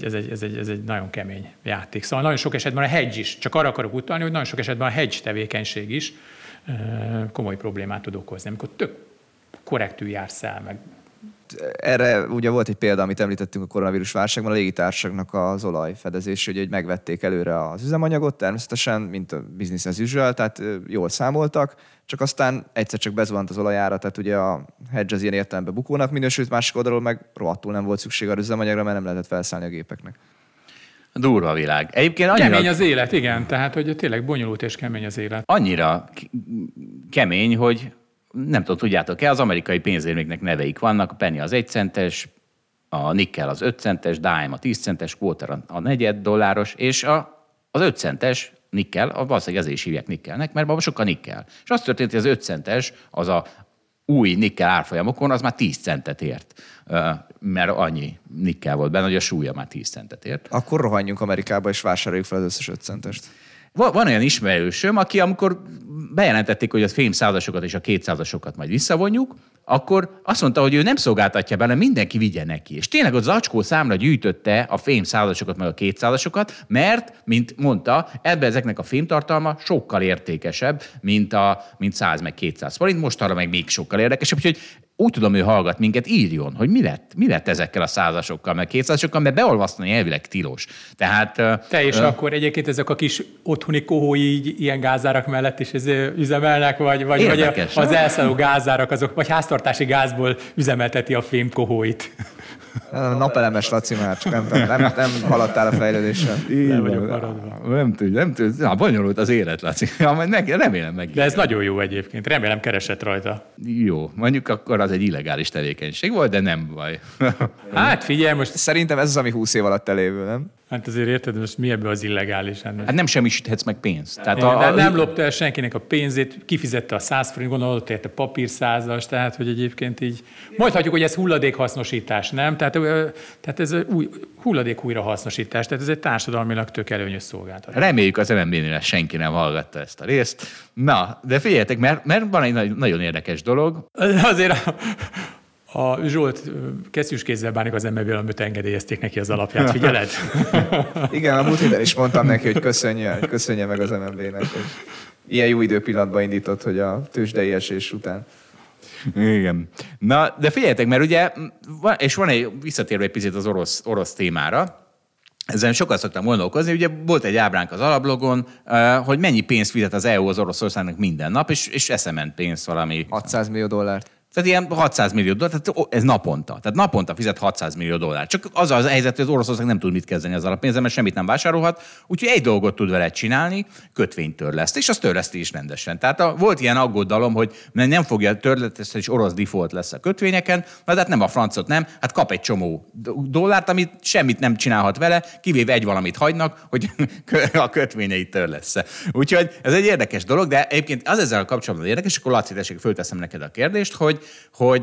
[SPEAKER 4] ez egy nagyon kemény játék. Szóval nagyon sok esetben a hedge is, csak arra akarok utalni, hogy nagyon sok esetben a hedge tevékenység is komoly problémát tud okozni, amikor tök korrektül jársz el, meg.
[SPEAKER 3] Erre ugye volt egy példa, amit említettünk a koronavírus válságban, a légitársaságnak az olajfedezés, hogy megvették előre az üzemanyagot, természetesen, mint a business as usual, tehát jól számoltak, csak aztán egyszer csak bezuhant az olajára, tehát ugye a hedge az ilyen értelemben bukónak minősült, másik oldalról meg rohadtul nem volt szükség az üzemanyagra, mert nem lehetett felszállni a gépeknek.
[SPEAKER 2] Durva világ. Egyébként annyira...
[SPEAKER 4] Kemény az élet, igen, tehát hogy tényleg bonyolult és kemény az élet.
[SPEAKER 2] Annyira kemény, hogy nem tudom, tudjátok-e, az amerikai pénzérméknek neveik vannak, a penny az 1 centes, a nickel az 5 centes, dime a 10 centes, quarter a $4, és az 5 centes nickel, valószínűleg ezért is hívják nickelnek, mert abban sokkal nickel. És az történt, hogy az 5 centes, az a új nickel árfolyamokon, az már 10 centet ért, mert annyi nickel volt benne, hogy a súlya már 10 centet ért.
[SPEAKER 3] Akkor rohanjunk Amerikába, és vásároljuk fel az összes 5 centest.
[SPEAKER 2] Van olyan ismerősöm, aki amikor bejelentették, hogy a fémszázasokat és a 200-asokat majd visszavonjuk, akkor azt mondta, hogy ő nem szolgáltatja be, hanem mindenki vigye neki. És tényleg az zacskó számra gyűjtötte a fémszázasokat meg a 200-asokat, mert, mint mondta, ebben ezeknek a fémtartalma sokkal értékesebb, mint 100 meg 200 forint, mostanra meg még sokkal érdekesebb, úgyhogy úgy tudom, ő hallgat minket, írjon, hogy mi lett ezekkel a 100-asokkal, meg 200-asokkal, mert beolvasztani elvileg tilos. Tehát,
[SPEAKER 4] és akkor egyébként ezek a kis otthoni kohói ilyen gázárak mellett is üzemelnek, vagy az elszálló gázárak, azok, vagy háztartási gázból üzemelteti a fém kohóit.
[SPEAKER 3] Napelemes Laci már, csak nem haladtál a fejlődéssel.
[SPEAKER 2] Nem tudja. Na, bonyolult az élet, Laci. Remélem meg.
[SPEAKER 4] De ez nagyon jó egyébként. Remélem keresett rajta.
[SPEAKER 2] Jó, mondjuk akkor az egy illegális tevékenység volt, de nem baj.
[SPEAKER 4] Hát figyelj, most...
[SPEAKER 3] Szerintem ez az, ami 20 év alatt elévül, nem?
[SPEAKER 4] Hát azért érted, most mi ebből az illegális?
[SPEAKER 2] Hát nem semmisíthetsz meg pénzt. Tehát
[SPEAKER 4] nem lopta el senkinek a pénzét, kifizette a 100 forint, gondolod, érte papír 100-as, tehát hogy egyébként így... Mondhatjuk, hogy ez hulladékhasznosítás, nem? Tehát ez hulladék újrahasznosítás, tehát ez egy társadalmilag tök előnyös szolgáltatás.
[SPEAKER 2] Reméljük az MNB-nél senki nem hallgatta ezt a részt. Na, de figyeljetek, mert van egy nagyon érdekes dolog.
[SPEAKER 4] Azért a Zsolt kesztyűskézzel bánik az MNB-vel, amit engedélyezték neki az alapját, figyeled?
[SPEAKER 3] Igen, a múlt héten is mondtam neki, hogy köszönje meg az MNB-nek. Ilyen jó időpillanatban indított, hogy a tőzsdei esés után.
[SPEAKER 2] Igen. Na, de figyeljetek, mert ugye, van egy, visszatérve egy picit az orosz témára, ezen sokat szoktam gondolkozni, ugye volt egy ábránk az alablogon, hogy mennyi pénzt fizet az EU az Oroszországnak minden nap, és eszement pénzt valami...
[SPEAKER 3] $600 millió.
[SPEAKER 2] Tehát ilyen 600 millió dollár, tehát ez naponta. Tehát naponta fizet 600 millió dollár. Csak az a helyzet, hogy az Oroszország nem tud mit kezdeni azzal a pénzzel, mert semmit nem vásárolhat, úgyhogy egy dolgot tud vele csinálni, kötvényt törleszt, és azt törleszti is rendesen. Tehát volt ilyen aggodalom, hogy nem fogja törleszteni, és orosz default lesz a kötvényeken, na, hát nem a francot nem, hát kap egy csomó dollárt, amit semmit nem csinálhat vele, kivéve egy valamit hagynak, hogy a kötvényeit törlessze. Úgyhogy ez egy érdekes dolog, de egyébként az ezzel kapcsolatban érdekes, akkor Laci, tessék, fölteszem neked a kérdést, hogy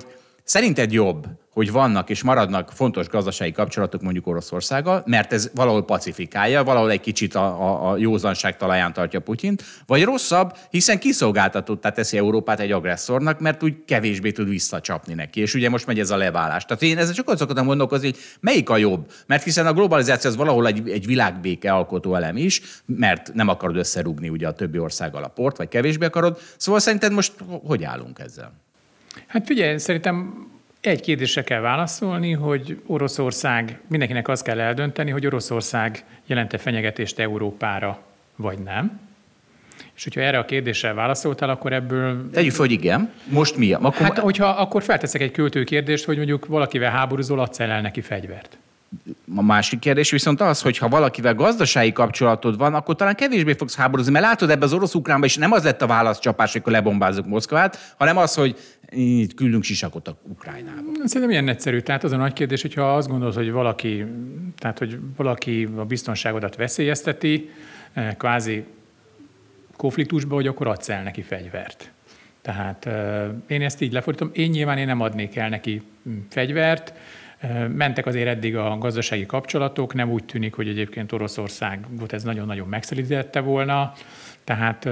[SPEAKER 2] szerinted jobb, hogy vannak és maradnak fontos gazdasági kapcsolatok mondjuk Oroszországgal, mert ez valahol pacifikálja, valahol egy kicsit a józanság talaján tartja Putyint, vagy rosszabb, hiszen kiszolgáltatottá teszi Európát egy agresszornak, mert úgy kevésbé tud visszacsapni neki. És ugye most megy ez a leválás. Tehát én ezzel csak azt szoktam gondolkozni, hogy melyik a jobb? Mert hiszen a globalizáció az valahol egy világbéke alkotó elem is, mert nem akarod összerúgni ugye a többi országgal a port, vagy kevésbé akarod. Szóval szerinted most hogy állunk ezzel?
[SPEAKER 4] Hát figyelj, szerintem egy kérdésre kell válaszolni, hogy Oroszország, mindenkinek azt kell eldönteni, hogy Oroszország jelente fenyegetést Európára, vagy nem. És hogyha erre a kérdésre válaszoltál, akkor ebből...
[SPEAKER 2] Tegyük fel, hogy igen. Most mi?
[SPEAKER 4] Akkor felteszek egy költő kérdést, hogy mondjuk valakivel háborúzol, adsz el neki fegyvert.
[SPEAKER 2] A másik kérdés viszont az, hogy ha valakivel gazdasági kapcsolatod van, akkor talán kevésbé fogsz háborúzni, mert látod ebbe az orosz-ukránba, és nem az lett a válaszcsapás, hogy lebombázzuk Moszkvát, hanem az, hogy küldünk sisakot a Ukrajnába.
[SPEAKER 4] Szerintem ilyen egyszerű. Tehát az a nagy kérdés, hogyha azt gondolod, hogy valaki a biztonságodat veszélyezteti, kvázi konfliktusba, hogy akkor adsz el neki fegyvert. Tehát én ezt így lefordítom. Én nem adnék el neki fegyvert. Mentek azért eddig a gazdasági kapcsolatok, nem úgy tűnik, hogy egyébként Oroszországot ez nagyon-nagyon megszelidítette volna. Tehát...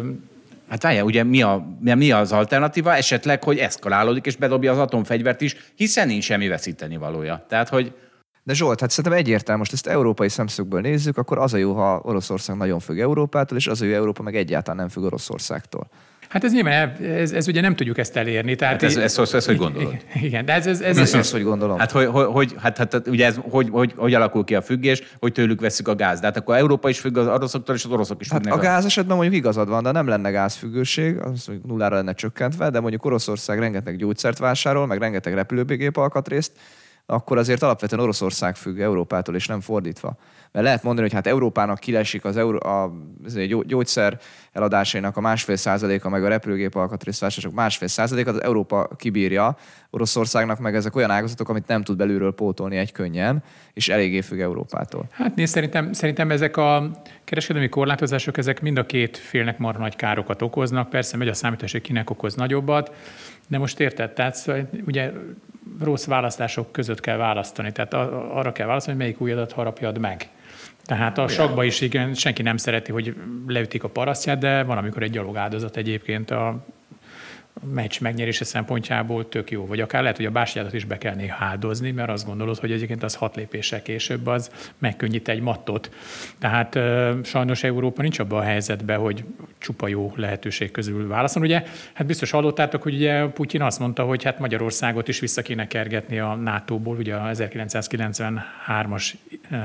[SPEAKER 2] Hát várjál, ugye mi az alternatíva? Esetleg, hogy eszkalálódik és bedobja az atomfegyvert is, hiszen nincs semmi veszíteni valója. Tehát, hogy...
[SPEAKER 3] De Zsolt, hát szerintem egyértelmű, most ezt európai szemszögből nézzük, akkor az a jó, ha Oroszország nagyon függ Európától, és az a jó, Európa meg egyáltalán nem függ Oroszországtól.
[SPEAKER 4] Hát ez nyilván, ez ugye nem tudjuk ezt elérni. Tehát
[SPEAKER 2] hát ez hogy gondolod?
[SPEAKER 4] Igen, de ez
[SPEAKER 3] ez hogy gondolom.
[SPEAKER 2] Hát ugye ez hogy alakul ki a függés, hogy tőlük vesszük a gáz. De hát akkor Európa is függ az oroszoktól, és az oroszok is függnek.
[SPEAKER 3] Hát a gáz esetben mondjuk igazad van, de nem lenne gázfüggőség, az nullára lenne csökkentve, de mondjuk Oroszország rengeteg gyógyszert vásárol, meg rengeteg repülőgép alkatrészt, akkor azért alapvetően Oroszország függ Európától, és nem fordítva. Mert lehet mondani, hogy hát Európának kilesik az gyógyszer eladásainak a 1,5%-a, meg a repülőgép alkatrészvásárlások 1,5%-a, az Európa kibírja, Oroszországnak meg ezek olyan ágazatok, amit nem tud belülről pótolni egykönnyen, és eléggé függ Európától.
[SPEAKER 4] Hát nézd, szerintem ezek a kereskedelmi korlátozások, ezek mind a két félnek marha nagy károkat okoznak. Persze megy a számítás, hogy kinek okoz nagyobbat, de most érted, tehát ugye rossz választások között kell választani. Tehát arra kell választani, hogy melyik ujjadat harapjad meg. Tehát a sakba is igen, senki nem szereti, hogy leütik a parasztját, de van, amikor egy gyalogáldozat egyébként a meccs megnyerése szempontjából tök jó. Vagy akár lehet, hogy a bástyádat is be kell néha áldozni, mert azt gondolod, hogy egyébként az 6 lépéssel később az megkönnyít egy mattot. Tehát sajnos Európa nincs abban a helyzetben, hogy csupa jó lehetőség közül válaszol. Ugye, hát biztos hallottátok, hogy ugye Putyin azt mondta, hogy hát Magyarországot is vissza kéne kergetni a NATO-ból, ugye a 1993-as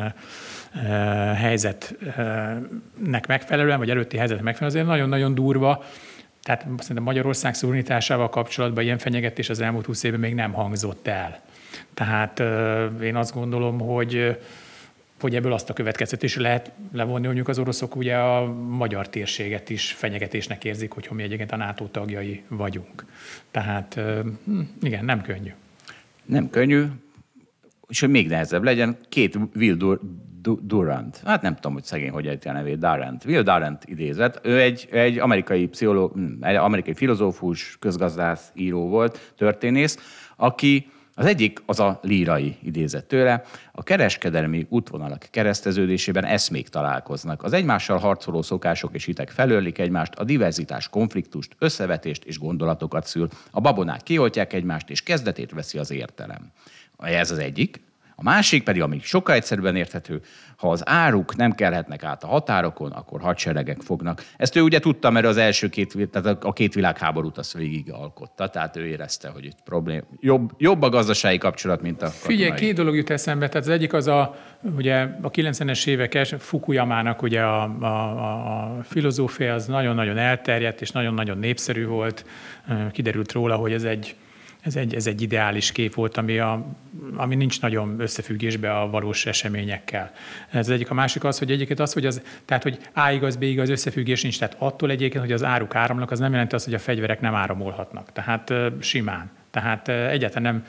[SPEAKER 4] helyzetnek megfelelően, vagy előtti helyzetnek megfelelően, azért nagyon-nagyon durva. Tehát szerintem Magyarország szuverenitásával kapcsolatban ilyen fenyegetés az elmúlt 20 évben még nem hangzott el. Tehát én azt gondolom, hogy ebből azt a következtetést lehet levonni, hogy az oroszok ugye a magyar térséget is fenyegetésnek érzik, hogyha mi egyébként a NATO tagjai vagyunk. Tehát igen, nem könnyű.
[SPEAKER 2] Nem könnyű, és hogy még nehezebb legyen, két Will Durant, hát nem tudom, hogy szegény hogy ejti a nevét, Will Durant idézett. Ő egy amerikai filozófus, közgazdász, író volt, történész, aki az egyik, az a lírai idézett tőle, a kereskedelmi útvonalak kereszteződésében eszmék találkoznak. Az egymással harcoló szokások és hitek felőrlik egymást, a diverzitás konfliktust, összevetést és gondolatokat szül. A babonák kioltják egymást, és kezdetét veszi az értelem. Ez az egyik. A másik pedig, ami sokkal egyszerűbben érthető, ha az áruk nem kelhetnek át a határokon, akkor hadseregek fognak. Ezt ő ugye tudta, mert az első tehát a két világháborút azt végig alkotta, tehát ő érezte, hogy itt problém. Jobb a gazdasági kapcsolat, mint a katonai.
[SPEAKER 4] Figyelj, két dolog jut eszembe. Tehát az egyik az ugye a 90-es évek Fukuyamának ugye a filozófia az nagyon-nagyon elterjedt és nagyon-nagyon népszerű volt. Kiderült róla, hogy ez egy ideális kép volt, ami nincs nagyon összefüggésben a valós eseményekkel. Ez egyik. A másik az, hogy egyébként az, hogy tehát, hogy A igaz, B igaz, összefüggés nincs. Tehát attól egyébként, hogy az áruk áramlanak, az nem jelenti azt, hogy a fegyverek nem áramolhatnak. Tehát simán. Tehát egyáltalán nem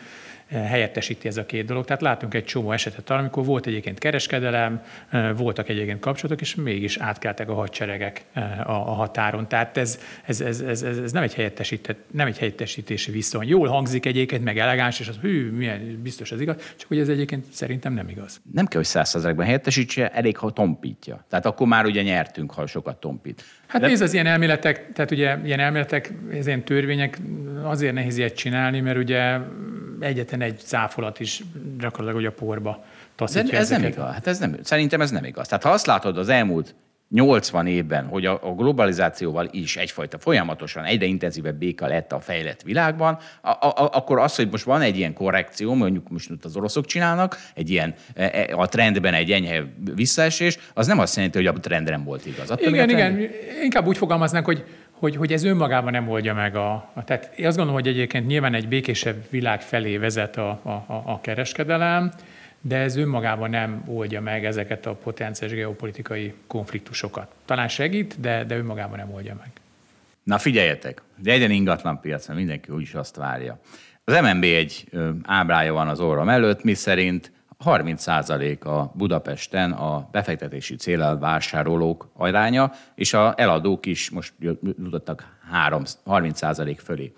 [SPEAKER 4] helyettesíti ez a két dolog. Tehát látunk egy csomó esetet arra, amikor volt egyébként kereskedelem, voltak egyébként kapcsolatok, és mégis átkeltek a hadseregek a határon. Tehát ez nem egy helyettesítési viszony. Jól hangzik egyébként, meg elegáns, és az milyen biztos az igaz, csak hogy ez egyébként szerintem nem igaz.
[SPEAKER 2] Nem kell, hogy 100%-ban helyettesítse, elég, ha tompítja. Tehát akkor már ugye nyertünk, ha sokat tompít.
[SPEAKER 4] Hát nézd, az ilyen elméletek, tehát ugye ilyen elméletek, ez ilyen törvények azért nehéz ilyet csinálni, mert ugye egyetlen egy cáfolat is gyakorlatilag ugye a porba taszítja.
[SPEAKER 2] Ez nem igaz. Hát szerintem ez nem igaz. Tehát ha azt látod az elmúlt 80 évben, hogy a globalizációval is egyfajta folyamatosan egyre intenzívebb béka lett a fejlett világban, akkor az, hogy most van egy ilyen korrekció, mondjuk most az oroszok csinálnak, egy ilyen, a trendben egy enyhe visszaesés, az nem azt jelenti, hogy a trend nem volt igaz.
[SPEAKER 4] Igen. Inkább úgy fogalmaznánk, hogy ez önmagában nem oldja meg tehát én azt gondolom, hogy egyébként nyilván egy békésebb világ felé vezet a kereskedelem, de ez önmagában nem oldja meg ezeket a potenciális geopolitikai konfliktusokat. Talán segít, de önmagában nem oldja meg.
[SPEAKER 2] Na figyeljetek, legyen ingatlan piac, mert mindenki úgyis azt várja. Az MNB egy ábrája van az orrom előtt, miszerint 30% a Budapesten a befektetési céllal vásárolók aránya, és az eladók is most jutottak 30% fölé.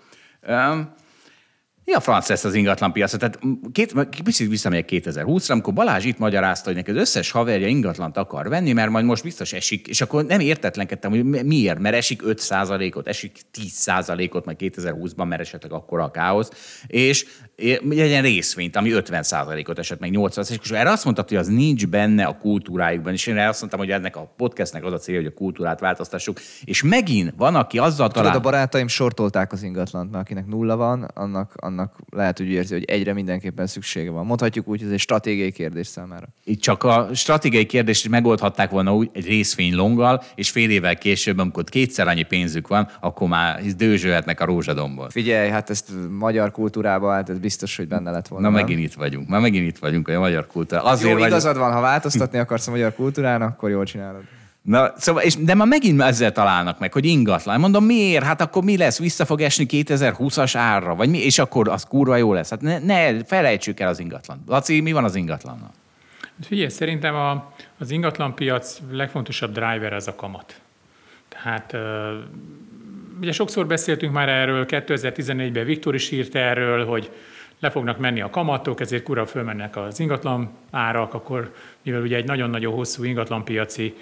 [SPEAKER 2] Mi a franc lesz az ingatlanpiacra? Tehát picit visszamegyek 2020-ra, amikor Balázs itt magyarázta, hogy neki az összes haverja ingatlant akar venni, mert majd most biztos esik, és akkor nem értetlenkedtem, hogy miért, mert esik 5%-ot, esik 10%-ot majd 2020-ban, mert esetleg akkora a káosz, és egy ilyen részvényt, ami 50%-ot esett, meg 80%-ot, és erre azt mondta, hogy az nincs benne a kultúrájukban, és én azt mondtam, hogy ennek a podcastnek az a célja, hogy a kultúrát változtassuk, és megint van, aki azzal talán...
[SPEAKER 3] Tudod, a barátaim sortolták az ingatlant, mert akinek nulla van, annak lehet, hogy érzi, hogy egyre mindenképpen szüksége van. Mondhatjuk úgy, hogy ez egy stratégiai kérdés számára.
[SPEAKER 2] Itt csak a stratégiai kérdést megoldhatták volna úgy egy részvénylonggal, és fél évvel később, amikor kétszer annyi pénzük van, akkor már dőzsölhetnek a rózsadombon.
[SPEAKER 3] Figyelj, hát ezt magyar kultúrában, hát ez biztos, hogy benne lett volna.
[SPEAKER 2] Na megint itt vagyunk, a magyar kultúra. Azért
[SPEAKER 3] jó, igazad van, ha változtatni akarsz a magyar kultúrán, akkor jól csinálod.
[SPEAKER 2] Na, szóval, de már megint ezzel találnak meg, hogy ingatlan. Mondom, miért? Hát akkor mi lesz? Vissza fog esni 2020-as árra? Vagy mi? És akkor az kurva jó lesz. Hát ne felejtsük el az ingatlan. Laci, mi van az ingatlannal?
[SPEAKER 4] Figyelj, szerintem az ingatlanpiac legfontosabb driver az a kamat. Tehát ugye sokszor beszéltünk már erről, 2014-ben Viktor is írt erről, hogy le fognak menni a kamatok, ezért kurva fölmennek az ingatlan árak, akkor mivel ugye egy nagyon-nagyon hosszú ingatlanpiaci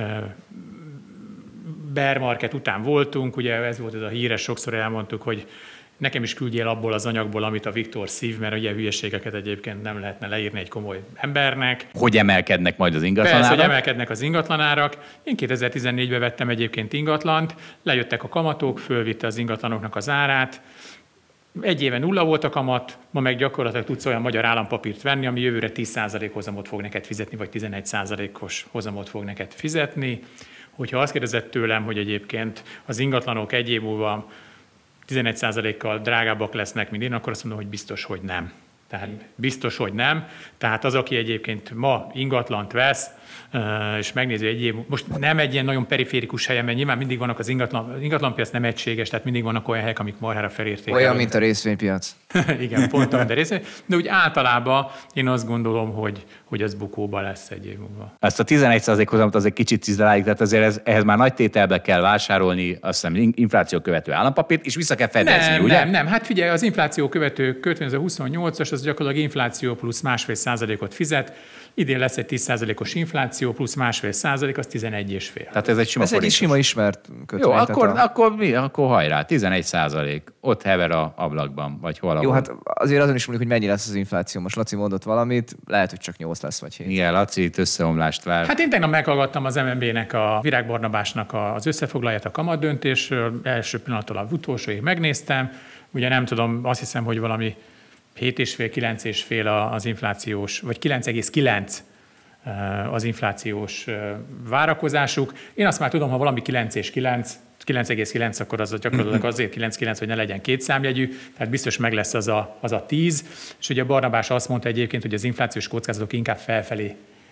[SPEAKER 4] bear market után voltunk, ugye ez volt ez a híres, sokszor elmondtuk, hogy nekem is küldjél abból az anyagból, amit a Viktor szív, mert ugye hülyeségeket egyébként nem lehetne leírni egy komoly embernek.
[SPEAKER 2] Hogy emelkednek majd az ingatlanárak?
[SPEAKER 4] Persze, hogy emelkednek az ingatlanárak. Én 2014-ben vettem egyébként ingatlant, lejöttek a kamatok, fölvitte az ingatlanoknak az árát. Egy éve nulla volt a kamat, ma meg gyakorlatilag tudsz olyan magyar állampapírt venni, ami jövőre 10% hozamot fog neked fizetni, vagy 11%-os hozamot fog neked fizetni. Hogyha azt kérdezett tőlem, hogy egyébként az ingatlanok egy év múlva 11%-kal drágábbak lesznek, mint én, akkor azt mondom, hogy biztos, hogy nem. Tehát biztos, hogy nem. Tehát az, aki egyébként ma ingatlant vesz, és megnézi egy év, most nem egy ilyen nagyon periférikus helyen, mert nyilván mindig vannak az ingatlanpiac nem egységes, tehát mindig vannak olyan helyek, amik marhára felértékelnek.
[SPEAKER 3] Olyan, mint a részvénypiac.
[SPEAKER 4] Igen, pont olyan, de részvény. De úgy általában én azt gondolom, hogy az bukóba lesz egy év múlva.
[SPEAKER 2] Ezt a 11% hozamot az egy kicsit cizeláljuk, tehát azért ehhez már nagy tételbe kell vásárolni, azt hiszem, infláció követő állampapírt, és vissza kell fedezni, ugye?
[SPEAKER 4] Nem. Hát figyelj, az infláció követő kötvény, az a 28-as, az gyakorlatilag infláció plusz 1,5%-ot fizet. Idén lesz egy 10%-os infláció, plusz 1,5%, az 11,5.
[SPEAKER 2] Tehát ez egy sima
[SPEAKER 3] Ez egy sima ismert kötvény.
[SPEAKER 2] Jó, akkor hajrá, 11%. Ott hever a ablakban, vagy hol.
[SPEAKER 3] Jó, hát azért azon is mondjuk, hogy mennyi lesz az infláció. Most Laci mondott valamit, lehet, hogy csak 8 lesz, vagy 7.
[SPEAKER 2] Igen, Laci itt összeomlást vár.
[SPEAKER 4] Hát én tegnap meghallgattam az MNB-nek, a Virág Barnabásnak az összefoglalóját a kamatdöntésről, első pillanattól a utolsóig megnéztem. Ugye nem tudom, azt hiszem, hogy valami 7,5-9,5 az inflációs, vagy 9,9 az inflációs várakozásuk. Én azt már tudom, ha valami 9,9, akkor az gyakorlatilag azért 9,9, hogy ne legyen kétszámjegyű, tehát biztos meg lesz az a 10. És ugye Barnabás azt mondta egyébként, hogy az inflációs kockázatok inkább felfelé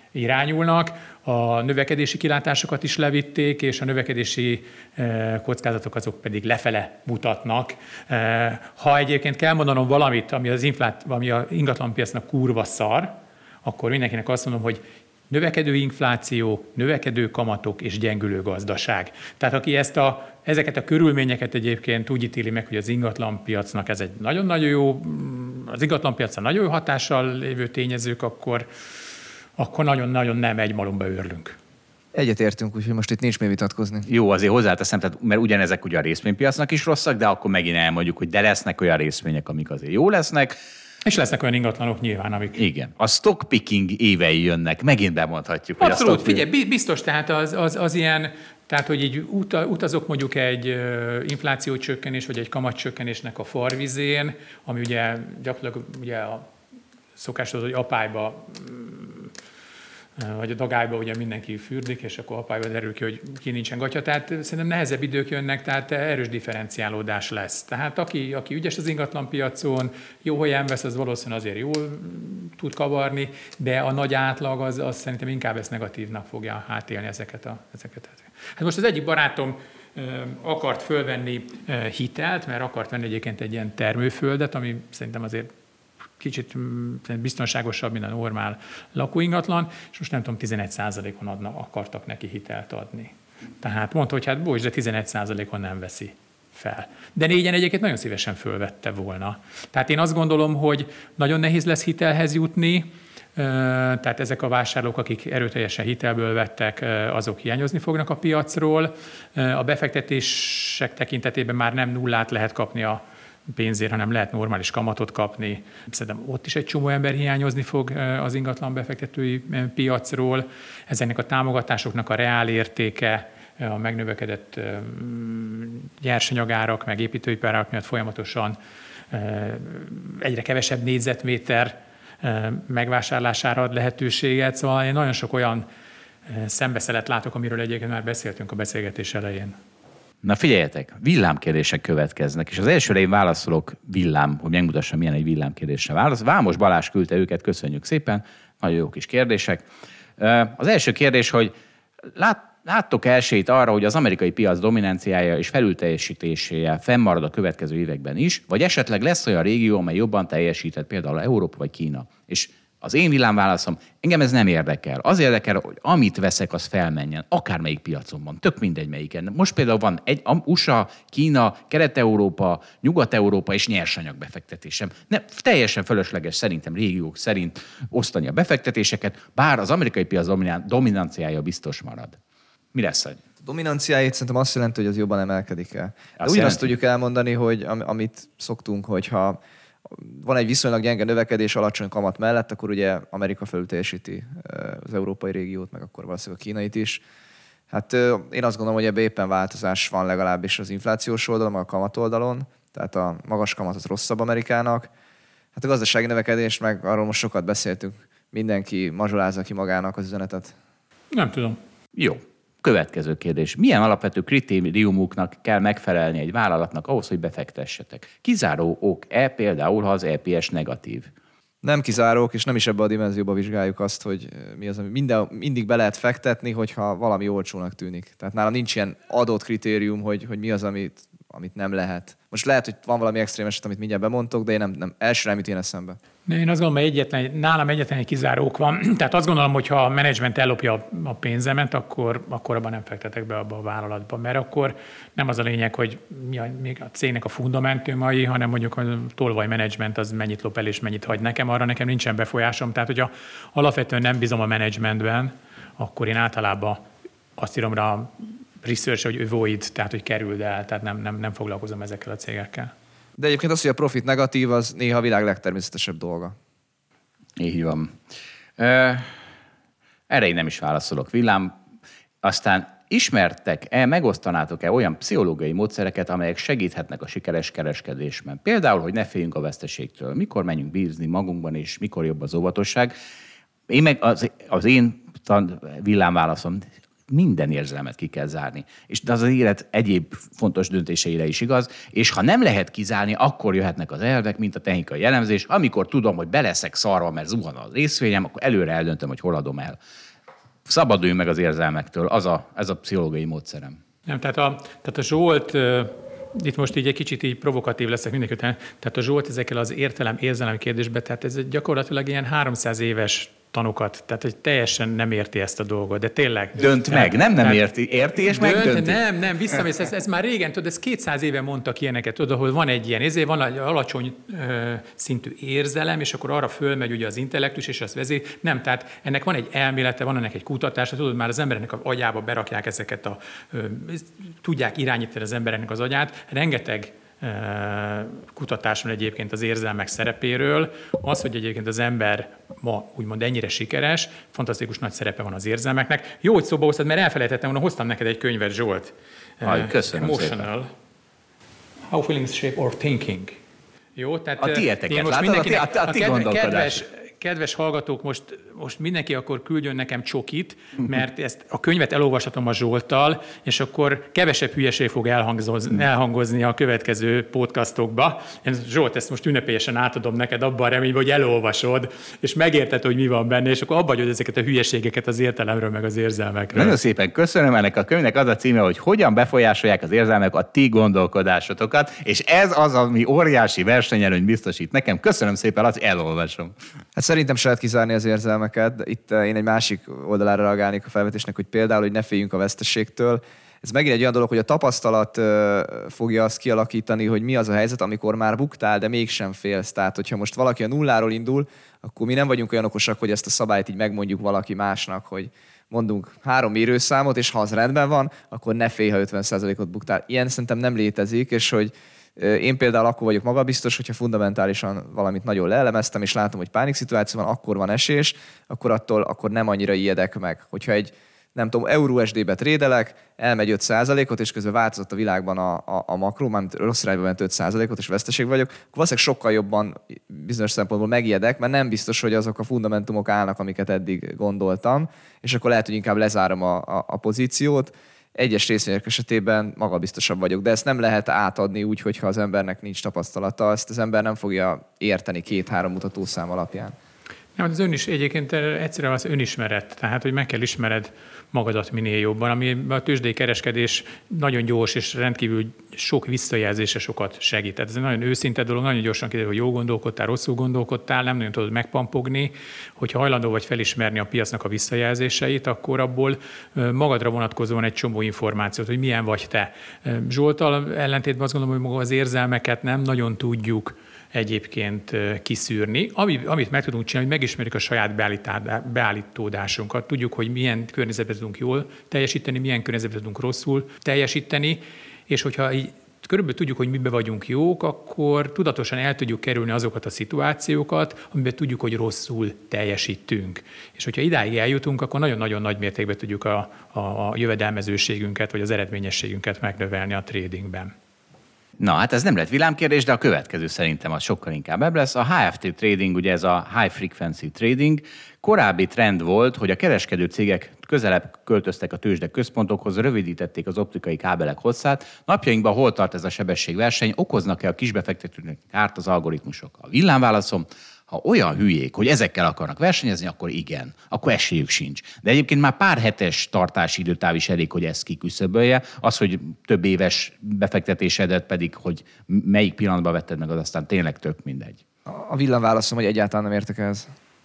[SPEAKER 4] irányulnak, a növekedési kilátásokat is levitték, és a növekedési kockázatok azok pedig lefele mutatnak. Ha egyébként kell mondanom valamit, ami az ingatlanpiacnak kurva szar, akkor mindenkinek azt mondom, hogy növekedő infláció, növekedő kamatok és gyengülő gazdaság. Tehát aki ezeket a körülményeket egyébként úgy ítéli meg, hogy az ingatlanpiacnak ez egy nagyon-nagyon jó, az ingatlanpiacra nagyon jó hatással lévő tényezők, akkor nagyon-nagyon nem egy malomba őrlünk.
[SPEAKER 3] Egyetértünk, úgyhogy most itt nincs mi vitatkozni.
[SPEAKER 2] Jó, azért hozzáteszem, tehát, mert ugyanezek ugye a részvénypiacnak is rosszak, de akkor megint elmondjuk, hogy de lesznek olyan részvények, amik azért jó lesznek.
[SPEAKER 4] És lesznek olyan ingatlanok nyilván, amik...
[SPEAKER 2] Igen. A stockpicking évei jönnek, megint bemondhatjuk.
[SPEAKER 4] Abszolút, figyelj, biztos, tehát az ilyen, tehát hogy így utazok mondjuk egy inflációcsökkenés, vagy egy kamatcsökkenésnek a farvizén, ami ugye gyakorlatilag ugye a szokásos, hogy apályba, vagy a dagályba ugye mindenki fürdik, és akkor apályba derül ki, hogy ki nincsen gatya. Tehát szerintem nehezebb idők jönnek, tehát erős differenciálódás lesz. Tehát aki ügyes az ingatlanpiacon, jó helyen vesz, az valószínűleg azért jól tud kavarni, de a nagy átlag az szerintem inkább ezt negatívnak fogja átélni ezeket. Hát most az egyik barátom akart fölvenni hitelt, mert akart venni egyébként egy ilyen termőföldet, ami szerintem azért kicsit biztonságosabb, mint a normál lakóingatlan, és most nem tudom, 11%-on akartak neki hitelt adni. Tehát mondta, hogy hát bocs, de 11%-on nem veszi fel. De négyen egyébként nagyon szívesen fölvette volna. Tehát én azt gondolom, hogy nagyon nehéz lesz hitelhez jutni, tehát ezek a vásárlók, akik erőteljesen hitelből vettek, azok hiányozni fognak a piacról. A befektetések tekintetében már nem nullát lehet kapni a pénzért, hanem lehet normális kamatot kapni. Szerintem ott is egy csomó ember hiányozni fog az ingatlan befektetői piacról. Ezeknek a támogatásoknak a reál értéke, a megnövekedett nyersanyagárak, meg építőiparárak miatt folyamatosan egyre kevesebb négyzetméter megvásárlására ad lehetőséget. Szóval én nagyon sok olyan szembeszelet látok, amiről egyébként már beszéltünk a beszélgetés elején.
[SPEAKER 2] Na figyeljetek, villámkérdések következnek, és az elsőre én válaszolok hogy megmutassam, milyen egy villámkérdésre válasz. Vámos Balázs küldte őket, köszönjük szépen, nagyon jó kis kérdések. Az első kérdés, hogy láttok esélyt arra, hogy az amerikai piac dominanciája és felülteljesítéséje fennmarad a következő években is, vagy esetleg lesz olyan régió, amely jobban teljesített, például Európa vagy Kína? És az én villámválaszom, engem ez nem érdekel. Az érdekel, hogy amit veszek, az felmenjen. Akármelyik piacon van, tök mindegy melyiken. Most például van egy USA, Kína, Kelet-Európa, Nyugat-Európa és nyersanyagbefektetésem. Teljesen fölösleges szerintem régiók szerint osztani a befektetéseket, bár az amerikai piac dominanciája biztos marad. Mi lesz? A
[SPEAKER 3] dominanciáit szerintem azt jelenti, hogy az jobban emelkedik el. Ugyanazt tudjuk elmondani, hogy amit szoktunk, hogyha van egy viszonylag gyenge növekedés alacsony kamat mellett, akkor ugye Amerika felülteljesíti az európai régiót, meg akkor valószínűleg a kínait is. Hát én azt gondolom, hogy ebben éppen változás van legalábbis az inflációs oldalon, meg a kamat oldalon. Tehát a magas kamat az rosszabb Amerikának. Hát a gazdasági növekedés, meg arról most sokat beszéltünk. Mindenki mazsolázza ki magának az üzenetet.
[SPEAKER 4] Nem tudom.
[SPEAKER 2] Jó. Következő kérdés. Milyen alapvető kritériumoknak kell megfelelni egy vállalatnak ahhoz, hogy befektessetek? Kizáró ok-e például, ha az EPS negatív?
[SPEAKER 3] Nem kizárók, és nem is ebbe a dimenzióba vizsgáljuk azt, hogy mi az, ami mindig be lehet fektetni, hogyha valami olcsónak tűnik. Tehát nálam nincs ilyen adott kritérium, hogy mi az, amit nem lehet. Most lehet, hogy van valami extrém eset, amit mindjárt bemondtok, de én nem elsőre mit én eszembe.
[SPEAKER 4] Én azt gondolom, hogy nálam egyetlen egy kizáró ok van. Tehát azt gondolom, hogy ha a menedzsment ellopja a pénzemet, akkor abban nem fektetek be abba a vállalatba, mert akkor nem az a lényeg, hogy mi a cégnek a fundamentumai, hanem mondjuk a tolvaj menedzsment az mennyit lop el és mennyit hagy nekem, arra nekem nincsen befolyásom. Tehát, hogyha alapvetően nem bízom a menedzsmentben, akkor én általában azt írom rá a research, hogy avoid, tehát hogy kerüld el, tehát nem foglalkozom ezekkel a cégekkel.
[SPEAKER 3] De egyébként az, hogy a profit negatív, az néha a világ legtermészetesebb dolga.
[SPEAKER 2] Így van. Erre én nem is válaszolok. Aztán ismertek-e, megosztanátok-e olyan pszichológiai módszereket, amelyek segíthetnek a sikeres kereskedésben? Például, hogy ne féljünk a veszteségtől. Mikor menjünk bízni magunkban, és mikor jobb az óvatosság? Én meg az én villámválaszom, minden érzelmet ki kell zárni. És az élet egyéb fontos döntéseire is igaz, és ha nem lehet kizárni, akkor jöhetnek az elvek, mint a technikai elemzés, amikor tudom, hogy beleszek szarva, mert zuhan a részvényem, akkor előre eldöntöm, hogy hol adom el. Szabadulj meg az érzelmektől, ez a pszichológiai módszerem.
[SPEAKER 4] Nem, tehát a Zsolt, itt most így egy kicsit így provokatív leszek mindenki után, tehát a Zsolt ezekkel az érzelem kérdésbe, tehát ez gyakorlatilag ilyen 300 éves tanokat, tehát hogy teljesen nem érti ezt a dolgot, de tényleg.
[SPEAKER 2] Dönt meg, nem érti és megdönti.
[SPEAKER 4] Nem, visszamész, ez már régen, tudod, ez 200 éve mondtak ilyeneket, tudod, ahol van egy ilyen, ezért van egy alacsony szintű érzelem, és akkor arra fölmegy ugye az intellektus, és azt vezet. Nem, tehát ennek van egy elmélete, van ennek egy kutatása, tudod, már az embernek az agyába berakják ezeket tudják irányítani az embernek az agyát, rengeteg kutatás van egyébként az érzelmek szerepéről. Az, hogy egyébként az ember ma úgymond ennyire sikeres, fantasztikus nagy szerepe van az érzelmeknek. Jó, hogy szóba hoztad, mert elfelejtettem volna, hoztam neked egy könyvet, Zsolt.
[SPEAKER 2] Köszönöm
[SPEAKER 4] Emotional.
[SPEAKER 2] szépen.
[SPEAKER 4] How feelings shape our thinking. Jó, tehát
[SPEAKER 2] a tieteket,
[SPEAKER 4] most
[SPEAKER 2] látod? A ti gondolkodás.
[SPEAKER 4] Kedves hallgatók, most mindenki akkor küldjön nekem csokit, mert ezt a könyvet elolvashatom a Zsolttal, és akkor kevesebb hülyeség fog elhangozni a következő podcastokba. Zsolt, ezt most ünnepélyesen átadom neked abban a reményben, hogy elolvasod, és megérted, hogy mi van benne, és akkor abba hagyod ezeket a hülyeségeket az értelemről, meg az érzelmekről.
[SPEAKER 2] Nagyon szépen köszönöm, ennek a könyvnek az a címe, hogy hogyan befolyásolják az érzelmek a ti gondolkodásotokat, és ez az, ami óriási versenyelőnyt biztosít nekem. Köszönöm szépen, az elolvasom.
[SPEAKER 3] Hát szerintem se lehet kizárni az érzelmeket. Itt én egy másik oldalára reagálnék a felvetésnek, hogy például, hogy ne féljünk a veszteségtől. Ez megint egy olyan dolog, hogy a tapasztalat fogja azt kialakítani, hogy mi az a helyzet, amikor már buktál, de mégsem félsz. Tehát, hogyha most valaki a nulláról indul, akkor mi nem vagyunk olyan okosak, hogy ezt a szabályt így megmondjuk valaki másnak, hogy mondunk 3 mérőszámot, és ha az rendben van, akkor ne félj, ha 50%-ot buktál. Ilyen szerintem nem létezik, és hogy én például akkor vagyok magabiztos, hogyha fundamentálisan valamit nagyon leelemeztem, és látom, hogy pánikszituáció van, akkor van esés, akkor nem annyira ijedek meg. Hogyha egy, nem tudom, EURUSD-be trédelek, elmegy 5%-ot, és közben változott a világban a makró, mármint rossz irányba ment 5%-ot, és veszteség vagyok, akkor valószínűleg sokkal jobban bizonyos szempontból megijedek, mert nem biztos, hogy azok a fundamentumok állnak, amiket eddig gondoltam, és akkor lehet, hogy inkább lezárom a pozíciót. Egyes részvények esetében magabiztosabb vagyok, de ezt nem lehet átadni úgy, hogyha az embernek nincs tapasztalata, ezt az ember nem fogja érteni 2-3 mutatószám alapján.
[SPEAKER 4] Nem, az egyébként egyszerűen az önismeret, tehát hogy meg kell ismered magadat minél jobban, ami a tőzsdei kereskedés nagyon gyors és rendkívül sok visszajelzése sokat segít. Tehát ez egy nagyon őszinte dolog, nagyon gyorsan kiderül, hogy jó gondolkodtál, rosszul gondolkodtál, nem nagyon tudod megpampogni. Hogyha hajlandó vagy felismerni a piacnak a visszajelzéseit, akkor abból magadra vonatkozóan egy csomó információt, hogy milyen vagy te. Zsolttal ellentétben azt gondolom, hogy maga az érzelmeket nem nagyon tudjuk egyébként kiszűrni. Amit meg tudunk csinálni, hogy megismerjük a saját beállítódásunkat. Tudjuk, hogy milyen környezetben tudunk jól teljesíteni, milyen környezetben tudunk rosszul teljesíteni, és hogyha így körülbelül tudjuk, hogy miben vagyunk jók, akkor tudatosan el tudjuk kerülni azokat a szituációkat, amiben tudjuk, hogy rosszul teljesítünk. És hogyha idáig eljutunk, akkor nagyon-nagyon nagy mértékben tudjuk a jövedelmezőségünket, vagy az eredményességünket megnövelni a tradingben.
[SPEAKER 2] Na, hát ez nem lett villámkérdés, de a következő szerintem az sokkal inkább ebb lesz. A HFT trading, ugye ez a High Frequency Trading, korábbi trend volt, hogy a kereskedő cégek közelebb költöztek a tőzsde központokhoz, rövidítették az optikai kábelek hosszát. Napjainkban hol tart ez a sebességverseny? Okoznak-e a kisbefektetőknek kárt az algoritmusok? A villámválaszom, ha olyan hülyék, hogy ezekkel akarnak versenyezni, akkor igen, akkor esélyük sincs. De egyébként már pár hetes tartási időtáv is elég, hogy ezt kiküszöbölje. Az, hogy több éves befektetésedet pedig, hogy melyik pillanatban vetted meg, az aztán tényleg tök mindegy.
[SPEAKER 3] A villámválaszom, hogy egyáltalán nem értek ehhez.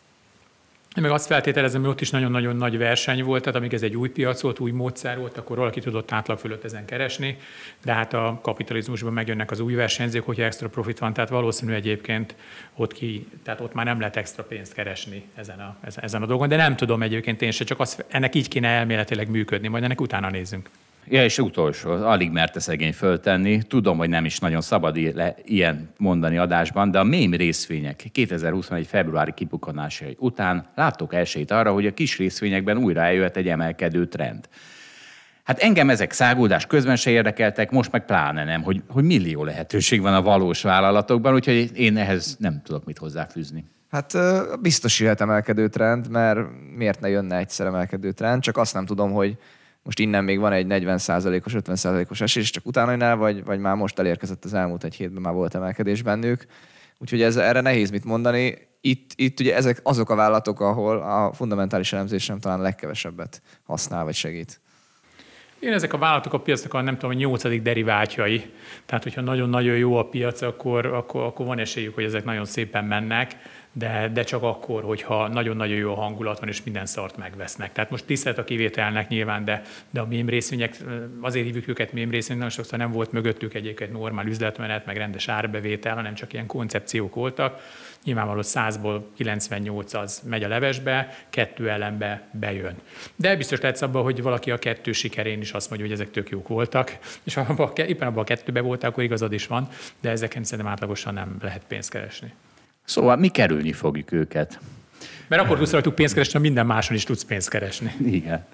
[SPEAKER 4] Én meg azt feltételezem, hogy ott is nagyon-nagyon nagy verseny volt, tehát amíg ez egy új piac volt, új módszer volt, akkor valaki tudott átlag fölött ezen keresni, de hát a kapitalizmusban megjönnek az új versenyzők, hogyha extra profit van, tehát valószínű egyébként tehát ott már nem lehet extra pénzt keresni ezen a dolgon, de nem tudom egyébként én se, csak ennek így kéne elméletileg működni, majd ennek utána nézzünk.
[SPEAKER 2] Ja, és utolsó, alig merte szegény föltenni. Tudom, hogy nem is nagyon szabad ilyen mondani adásban, de a mém részvények 2021. februári kipukkanásai után láttok esélyt arra, hogy a kis részvényekben újra eljöhet egy emelkedő trend. Hát engem ezek száguldás közben se érdekeltek, most meg pláne nem, hogy millió lehetőség van a valós vállalatokban, úgyhogy én ehhez nem tudok mit hozzáfűzni.
[SPEAKER 3] Hát biztos jöhet emelkedő trend, mert miért ne jönne egyszer emelkedő trend, csak azt nem tudom, hogy most innen még van egy 40%-os, 50%-os esés, csak utána vagy már most elérkezett az elmúlt egy hétben, már volt emelkedés bennük. Úgyhogy erre nehéz mit mondani. Itt ugye ezek azok a vállalatok, ahol a fundamentális elemzés nem talán legkevesebbet használ vagy segít.
[SPEAKER 4] Én ezek a vállalatok a piacnak a nem tudom, a 8. derivátjai. Tehát, hogyha nagyon-nagyon jó a piac, akkor van esélyük, hogy ezek nagyon szépen mennek, de csak akkor, hogyha nagyon-nagyon jó a hangulat van, és minden szart megvesznek. Tehát most tisztelet a kivételnek nyilván, de a mém részvények, azért hívjuk őket mém részvények, nagyon sokszor nem volt mögöttük egyébként normál üzletmenet, meg rendes árbevétel, hanem csak ilyen koncepciók voltak. Nyilvánvaló 100-ból 98 az megy a levesbe, 2 ellenbe bejön. De biztos lehetsz abban, hogy valaki a 2 sikerén is azt mondja, hogy ezek tök jók voltak, és ha éppen abban a 2-ben voltál, akkor igazad is van, de ezeken szerintem átlagosan nem lehet pénzt keresni.
[SPEAKER 2] Szóval mi kerülni fogjuk őket.
[SPEAKER 4] Mert akkor tudsz rajtuk pénzt keresni, ha minden máson is tudsz pénzt keresni.
[SPEAKER 2] Igen.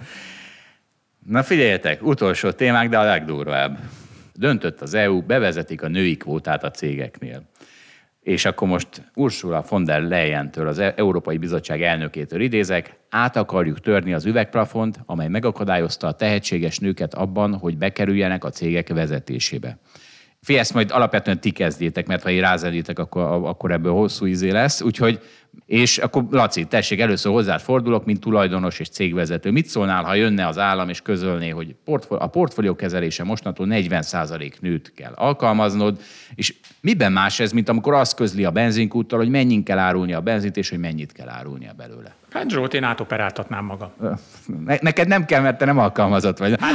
[SPEAKER 2] Na figyeljetek, utolsó témák, de a legdurvább. Döntött az EU, bevezetik a női kvótát a cégeknél. És akkor most Ursula von der Leyentől, az Európai Bizottság elnökétől idézek, át akarjuk törni az üvegplafont, amely megakadályozta a tehetséges nőket abban, hogy bekerüljenek a cégek vezetésébe. Ezt majd alapvetően ti kezdjétek, mert ha én rázendítek, akkor ebből hosszú izé lesz. Úgyhogy, és akkor Laci, tessék, először hozzád fordulok, mint tulajdonos és cégvezető. Mit szólnál, ha jönne az állam és közölné, hogy a portfólió kezelése mostantól 40% nőt kell alkalmaznod, és miben más ez, mint amikor azt közli a benzinkúttal, hogy mennyit kell árulni a benzint, és hogy mennyit kell árulnia belőle?
[SPEAKER 4] Hát Zsolt, én átoperáltatnám magam.
[SPEAKER 2] Neked nem kell, mert te nem alkalmazott vagy.
[SPEAKER 4] Hát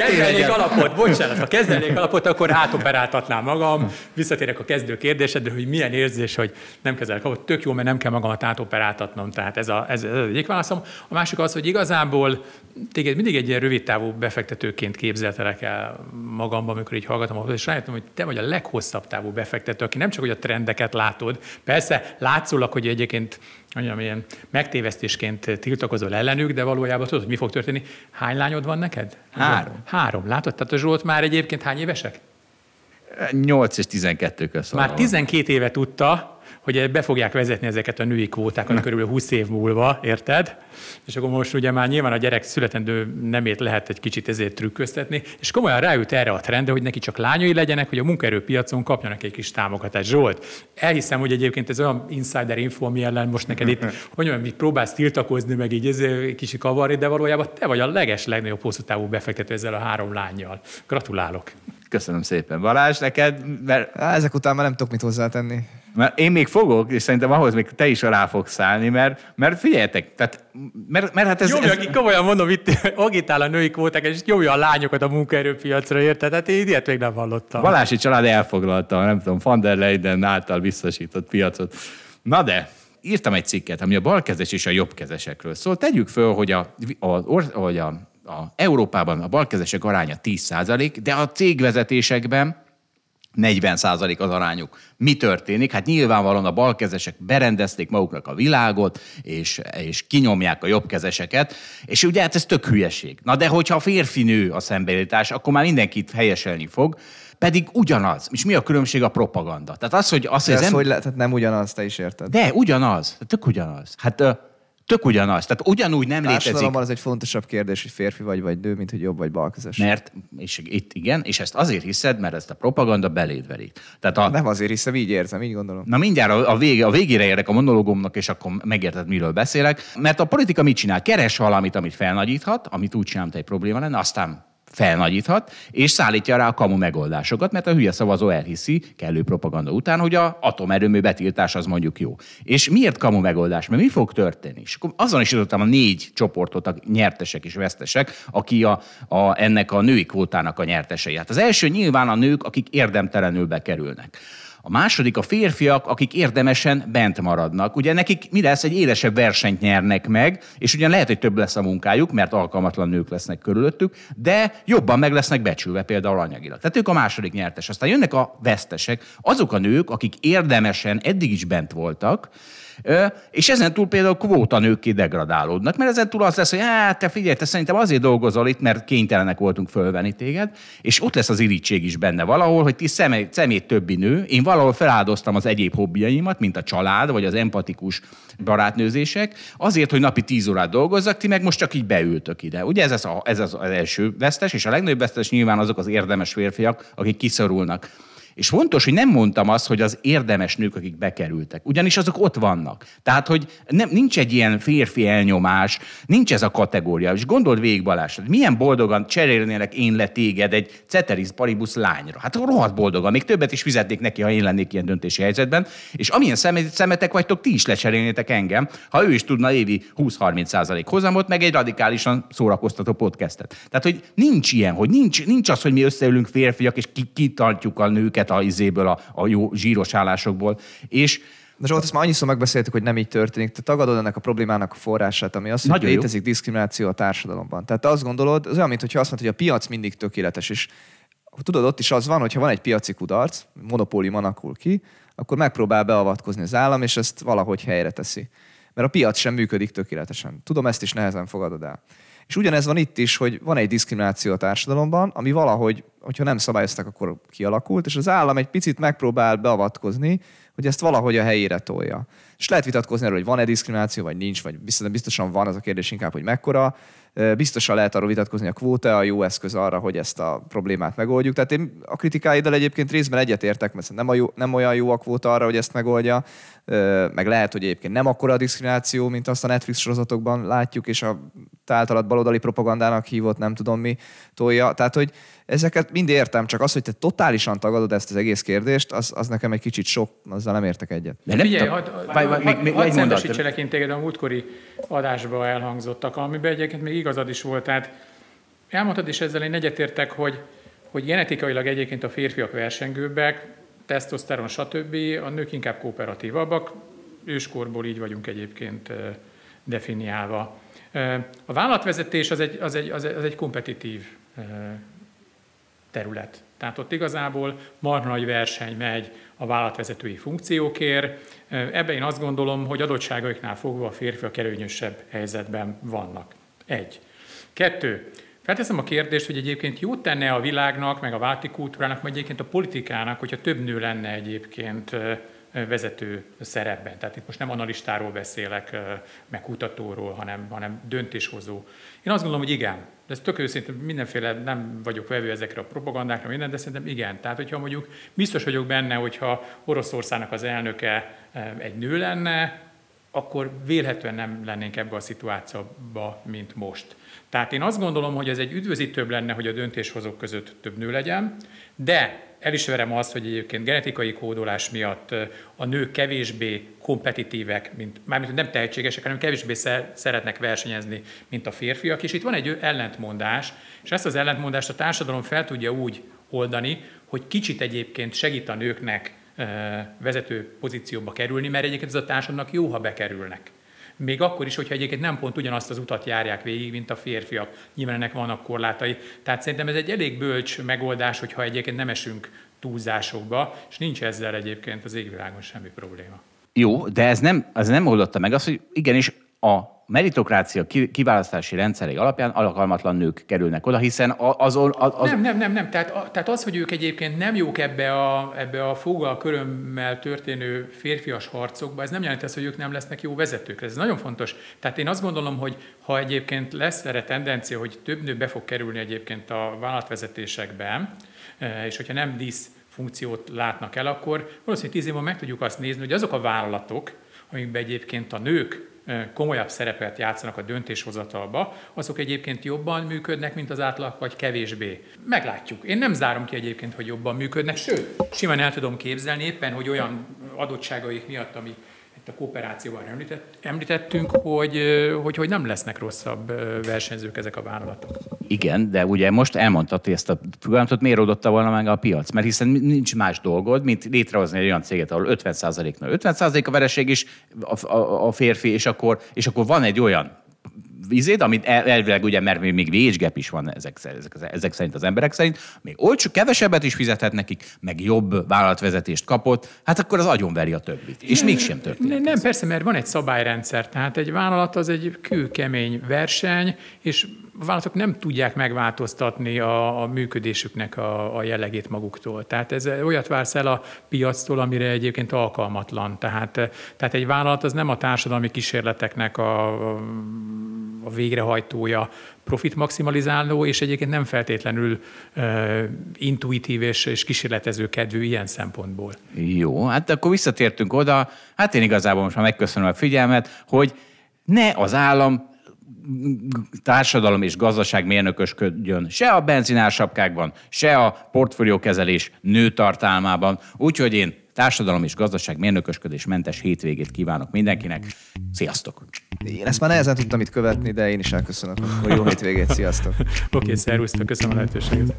[SPEAKER 4] ha kezdenék alapot, akkor átoperáltatnám magam. Visszatérek a kezdő kérdésedre, hogy milyen érzés, hogy nem kezelek alapot. Tök jó, mert nem kell magamat átoperáltatnom. Tehát ez az egyik válaszom. A másik az, hogy igazából téged mindig egy ilyen rövidtávú befektetőként képzeltelek el magamban, amikor így hallgatom, és rájöttem, hogy te vagy a leghosszabb távú befektető, aki nem csak hogy a trendeket látod, persze látszólag, hogy egyébként ilyen megtévesztésként tiltakozol ellenük, de valójában tudod, hogy mi fog történni. Hány lányod van neked? 3. Látod? Tehát a Zsolt már egyébként hány évesek?
[SPEAKER 2] 8 és 12 között.
[SPEAKER 4] Már 12 éve tudta, hogy be fogják vezetni ezeket a női kvótákat körülbelül 20 év múlva, érted? És akkor most ugye már nyilván a gyerek születendő nemét lehet egy kicsit ezért trükköztetni, és komolyan rájut erre a trendre, hogy neki csak lányai legyenek, hogy a munkaerőpiacon kapjanak egy kis támogatást. Zsolt, elhiszem, hogy egyébként ez olyan insider info, ami ellen most neked itt, hogy mondjam, próbálsz tiltakozni, meg így ezért kicsit kavarni, de valójában te vagy a legnagyobb hosszú távú befektető ezzel a 3 lánnyal. Gratulálok.
[SPEAKER 2] Köszönöm szépen. Balázs, neked?
[SPEAKER 3] Ezek után már nem tudok mit hozzátenni.
[SPEAKER 2] Mert én még fogok, és szerintem ahhoz még te is rá fogsz szállni, mert figyeljetek, tehát, mert hát ez...
[SPEAKER 4] Nyomja, aki komolyan mondom, itt agitál a női kvóták, és nyomja a lányokat a munkaerőpiacra, érted? Hát én ilyet még nem hallottam.
[SPEAKER 2] Balási család elfoglalta, nem tudom, van der Leyen által biztosított piacot. Na de, írtam egy cikket, ami a balkezes és a jobbkezesekről szól. Tegyük föl, hogy Európában a balkezesek aránya 10%, de a cégvezetésekben 40% az arányuk. Mi történik? Hát nyilvánvalóan a balkezesek berendezték maguknak a világot, és kinyomják a jobbkezeseket, és ugye hát ez tök hülyeség. Na de hogyha a férfi-nő a szembeállítás, akkor már mindenkit helyeselni fog, pedig ugyanaz. És mi a különbség? A propaganda. Tehát az, hogy...
[SPEAKER 3] Tehát nem ugyanaz, te is érted.
[SPEAKER 2] De ugyanaz. Tök ugyanaz. Tök ugyanaz. Tehát ugyanúgy nem létezik.
[SPEAKER 3] Társadalomban az egy fontosabb kérdés, hogy férfi vagy nő, mint hogy jobb vagy balkezes.
[SPEAKER 2] Mert, és itt igen, és ezt azért hiszed, mert ezt a propaganda beléd veri. Tehát
[SPEAKER 3] nem azért hiszem, így érzem, így gondolom.
[SPEAKER 2] Na mindjárt a végére érek a monológomnak, és akkor megérted, miről beszélek. Mert a politika mit csinál? Keres valamit, amit felnagyíthat, amit úgy csinálta egy probléma lenne, aztán felnagyíthat, és szállítja rá a kamu megoldásokat, mert a hülye szavazó elhiszi kellő propaganda után, hogy az atomerőmű betiltás az mondjuk jó. És miért kamu megoldás? Mert mi fog történni? És akkor azon is jutottam a 4 csoportot, a nyertesek és vesztesek, aki ennek a női kvótának a nyertesei. Hát az első nyilván a nők, akik érdemtelenül bekerülnek. A második a férfiak, akik érdemesen bent maradnak. Ugye nekik mi lesz? Egy élesebb versenyt nyernek meg, és ugyan lehet, hogy több lesz a munkájuk, mert alkalmatlan nők lesznek körülöttük, de jobban meg lesznek becsülve például anyagilag. Tehát ők a második nyertes. Aztán jönnek a vesztesek, azok a nők, akik érdemesen eddig is bent voltak, És ezen túl például kvótanőkké degradálódnak, mert ezen túl az lesz, hogy te figyelj, te szerintem azért dolgozol itt, mert kénytelenek voltunk fölvenni téged, és ott lesz az irigység is benne valahol, hogy ti szemét többi nő, én valahol feláldoztam az egyéb hobbiaimat, mint a család, vagy az empatikus barátnőzések, azért, hogy napi 10 órát dolgozzak, ti meg most csak így beültök ide. Ugye ez az első vesztes, és a legnagyobb vesztes nyilván azok az érdemes férfiak, akik kiszorulnak. És fontos, hogy nem mondtam azt, hogy az érdemes nők, akik bekerültek. Ugyanis azok ott vannak. Tehát, hogy nincs egy ilyen férfi elnyomás, nincs ez a kategória. És gondold végig, Balázs, hogy milyen boldogan cserélnének én le téged egy ceteris paribus lányra. Hát rohadt boldogan, még többet is fizetnék neki, ha én lennék ilyen döntési helyzetben. És amilyen szemetek vagytok, ti is lecserélnétek engem, ha ő is tudna évi 20-30% hozamot, meg egy radikálisan szórakoztató podcastet. Tehát, hogy nincs ilyen, hogy nincs az, hogy mi összeülünk férfiak, és kitartjuk a nőket a jó zsíros állásokból.
[SPEAKER 3] De Zsolt, ezt már annyiszor megbeszéltük, hogy nem így történik. Te tagadod ennek a problémának a forrását, ami az, hogy létezik diszkrimináció a társadalomban. Tehát te azt gondolod, az olyan, mintha azt mondod, hogy a piac mindig tökéletes, és tudod, ott is az van, hogyha van egy piaci kudarc, monopólium alakul ki, akkor megpróbál beavatkozni az állam, és ezt valahogy helyre teszi. Mert a piac sem működik tökéletesen. Tudom, ezt is nehezen fogadod el. És ugyanez van itt is, hogy van egy diszkrimináció a társadalomban, ami valahogy, hogyha nem szabályozták, akkor kialakult, és az állam egy picit megpróbál beavatkozni, hogy ezt valahogy a helyére tolja. És lehet vitatkozni erről, hogy van-e diszkrimináció, vagy nincs, vagy biztosan van, az a kérdés inkább, hogy mekkora. Biztosan lehet arról vitatkozni, a kvóta a jó eszköz arra, hogy ezt a problémát megoldjuk. Tehát én a kritikáiddal egyébként részben egyetértek, mert nem olyan jó a kvóta arra, hogy ezt megoldja, meg lehet, hogy egyébként nem akkora a diszkrimináció, mint azt a Netflix sorozatokban látjuk, és a általad baloldali propagandának hívott nem tudom mi tolja. Tehát, hogy ezeket mind értem, csak az, hogy te totálisan tagadod ezt az egész kérdést, az nekem egy kicsit sok, azzal nem értek egyet.
[SPEAKER 4] De nem figyelj, hadd szembesítselek én téged a múltkori adásban elhangzottak, amiben egyébként még igazad is volt. Tehát elmondtad, és ezzel én egyetértek, hogy genetikailag egyébként a férfiak versengőbbek, tesztoszteron, stb., a nők inkább kooperatívabbak, őskorból így vagyunk egyébként definiálva. A vállalatvezetés az egy kompetitív terület. Tehát ott igazából marha nagy verseny megy a vállalatvezetői funkciókért. Ebben én azt gondolom, hogy adottságaiknál fogva a férfiak előnyösebb helyzetben vannak. 1. 2. Felteszem a kérdést, hogy egyébként jót tenne a világnak, meg a vállalati kultúrának, meg egyébként a politikának, hogyha több nő lenne egyébként vezető szerepben. Tehát itt most nem analistáról beszélek, meg kutatóról, hanem döntéshozó. Én azt gondolom, hogy igen. De ez tök őszintén mindenféle, nem vagyok vevő ezekre a propagandákra, minden, de szerintem igen. Tehát, hogyha mondjuk biztos vagyok benne, hogyha Oroszországnak az elnöke egy nő lenne, akkor vélhetően nem lennénk ebbe a szituációba, mint most. Tehát én azt gondolom, hogy ez egy üdvözítőbb lenne, hogy a döntéshozók között több nő legyen, de elismerem azt, hogy egyébként genetikai kódolás miatt a nők kevésbé kompetitívek, mármint nem tehetségesek, hanem kevésbé szeretnek versenyezni, mint a férfiak. És itt van egy ellentmondás, és ezt az ellentmondást a társadalom fel tudja úgy oldani, hogy kicsit egyébként segít a nőknek vezető pozícióba kerülni, mert egyébként ez a társadalomnak jó, ha bekerülnek. Még akkor is, hogyha egyébként nem pont ugyanazt az utat járják végig, mint a férfiak. Nyilván ennek vannak korlátai. Tehát szerintem ez egy elég bölcs megoldás, hogyha egyébként nem esünk túlzásokba, és nincs ezzel egyébként az égvilágon semmi probléma. Jó, de ez nem oldotta meg azt, hogy igenis a meritokrácia kiválasztási rendszerei alapján alkalmatlan nők kerülnek oda, hiszen Nem. Tehát az, hogy ők egyébként nem jók ebbe a foggal körömmel történő férfias harcokba, ez nem jelenti azt, hogy ők nem lesznek jó vezetők. Ez nagyon fontos. Tehát én azt gondolom, hogy ha egyébként lesz erre tendencia, hogy több nő be fog kerülni egyébként a vállalatvezetésekben, és hogyha nem dísz funkciót látnak el, akkor valószínűleg 10 évben meg tudjuk azt nézni, hogy azok a vállalatok, amikben egyébként a nők komolyabb szerepet játszanak a döntéshozatalba, azok egyébként jobban működnek, mint az átlag, vagy kevésbé. Meglátjuk. Én nem zárom ki egyébként, hogy jobban működnek, sőt, simán el tudom képzelni éppen, hogy olyan adottságaik miatt, ami itt a kooperációban említettünk, hogy nem lesznek rosszabb versenyzők ezek a vállalatok. Igen, de ugye most elmondtad, hogy ezt a fogalmat miért oldotta volna meg a piac? Mert hiszen nincs más dolgod, mint létrehozni egy olyan céget, ahol 50%-nál 50% a vereség is a férfi, és akkor van egy olyan
[SPEAKER 2] vizét, amit elvileg ugye, mert még wage gap is van ezek szerint az emberek szerint, még kevesebbet is fizethet nekik, meg jobb vállalatvezetést kapott, hát akkor az agyonveri a többit. És mégsem történik.
[SPEAKER 4] Nem, persze, mert van egy szabályrendszer, tehát egy vállalat az egy kőkemény verseny, és a vállalatok nem tudják megváltoztatni a működésüknek a jellegét maguktól. Tehát ez olyat vársz el a piactól, amire egyébként alkalmatlan. Tehát egy vállalat az nem a társadalmi kísérleteknek a végrehajtója, profit maximalizáló, és egyébként nem feltétlenül intuitív és kísérletező kedvű ilyen szempontból.
[SPEAKER 2] Jó, hát akkor visszatértünk oda. Hát én igazából most már megköszönöm a figyelmet, hogy ne az állam társadalom és gazdaság mérnökösködjön se a benzinársapkákban, se a portfóliókezelés nőtartalmában. Úgyhogy én társadalom és gazdaság mérnökösködés mentes hétvégét kívánok mindenkinek. Sziasztok!
[SPEAKER 3] Én ezt már nehezen tudtam itt követni, de én is elköszönök. Akkor jó hétvégét, sziasztok!
[SPEAKER 4] Oké, szervusztok, köszönöm a lehetőséget!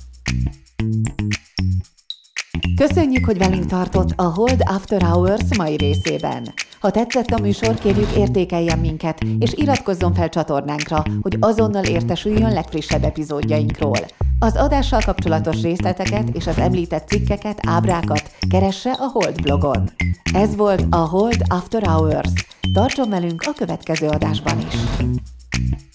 [SPEAKER 1] Köszönjük, hogy velünk tartott a Hold After Hours mai részében. Ha tetszett a műsor, kérjük értékeljen minket, és iratkozzon fel csatornánkra, hogy azonnal értesüljön legfrissebb epizódjainkról. Az adással kapcsolatos részleteket és az említett cikkeket, ábrákat keresse a Hold blogon. Ez volt a Hold After Hours. Tartson velünk a következő adásban is!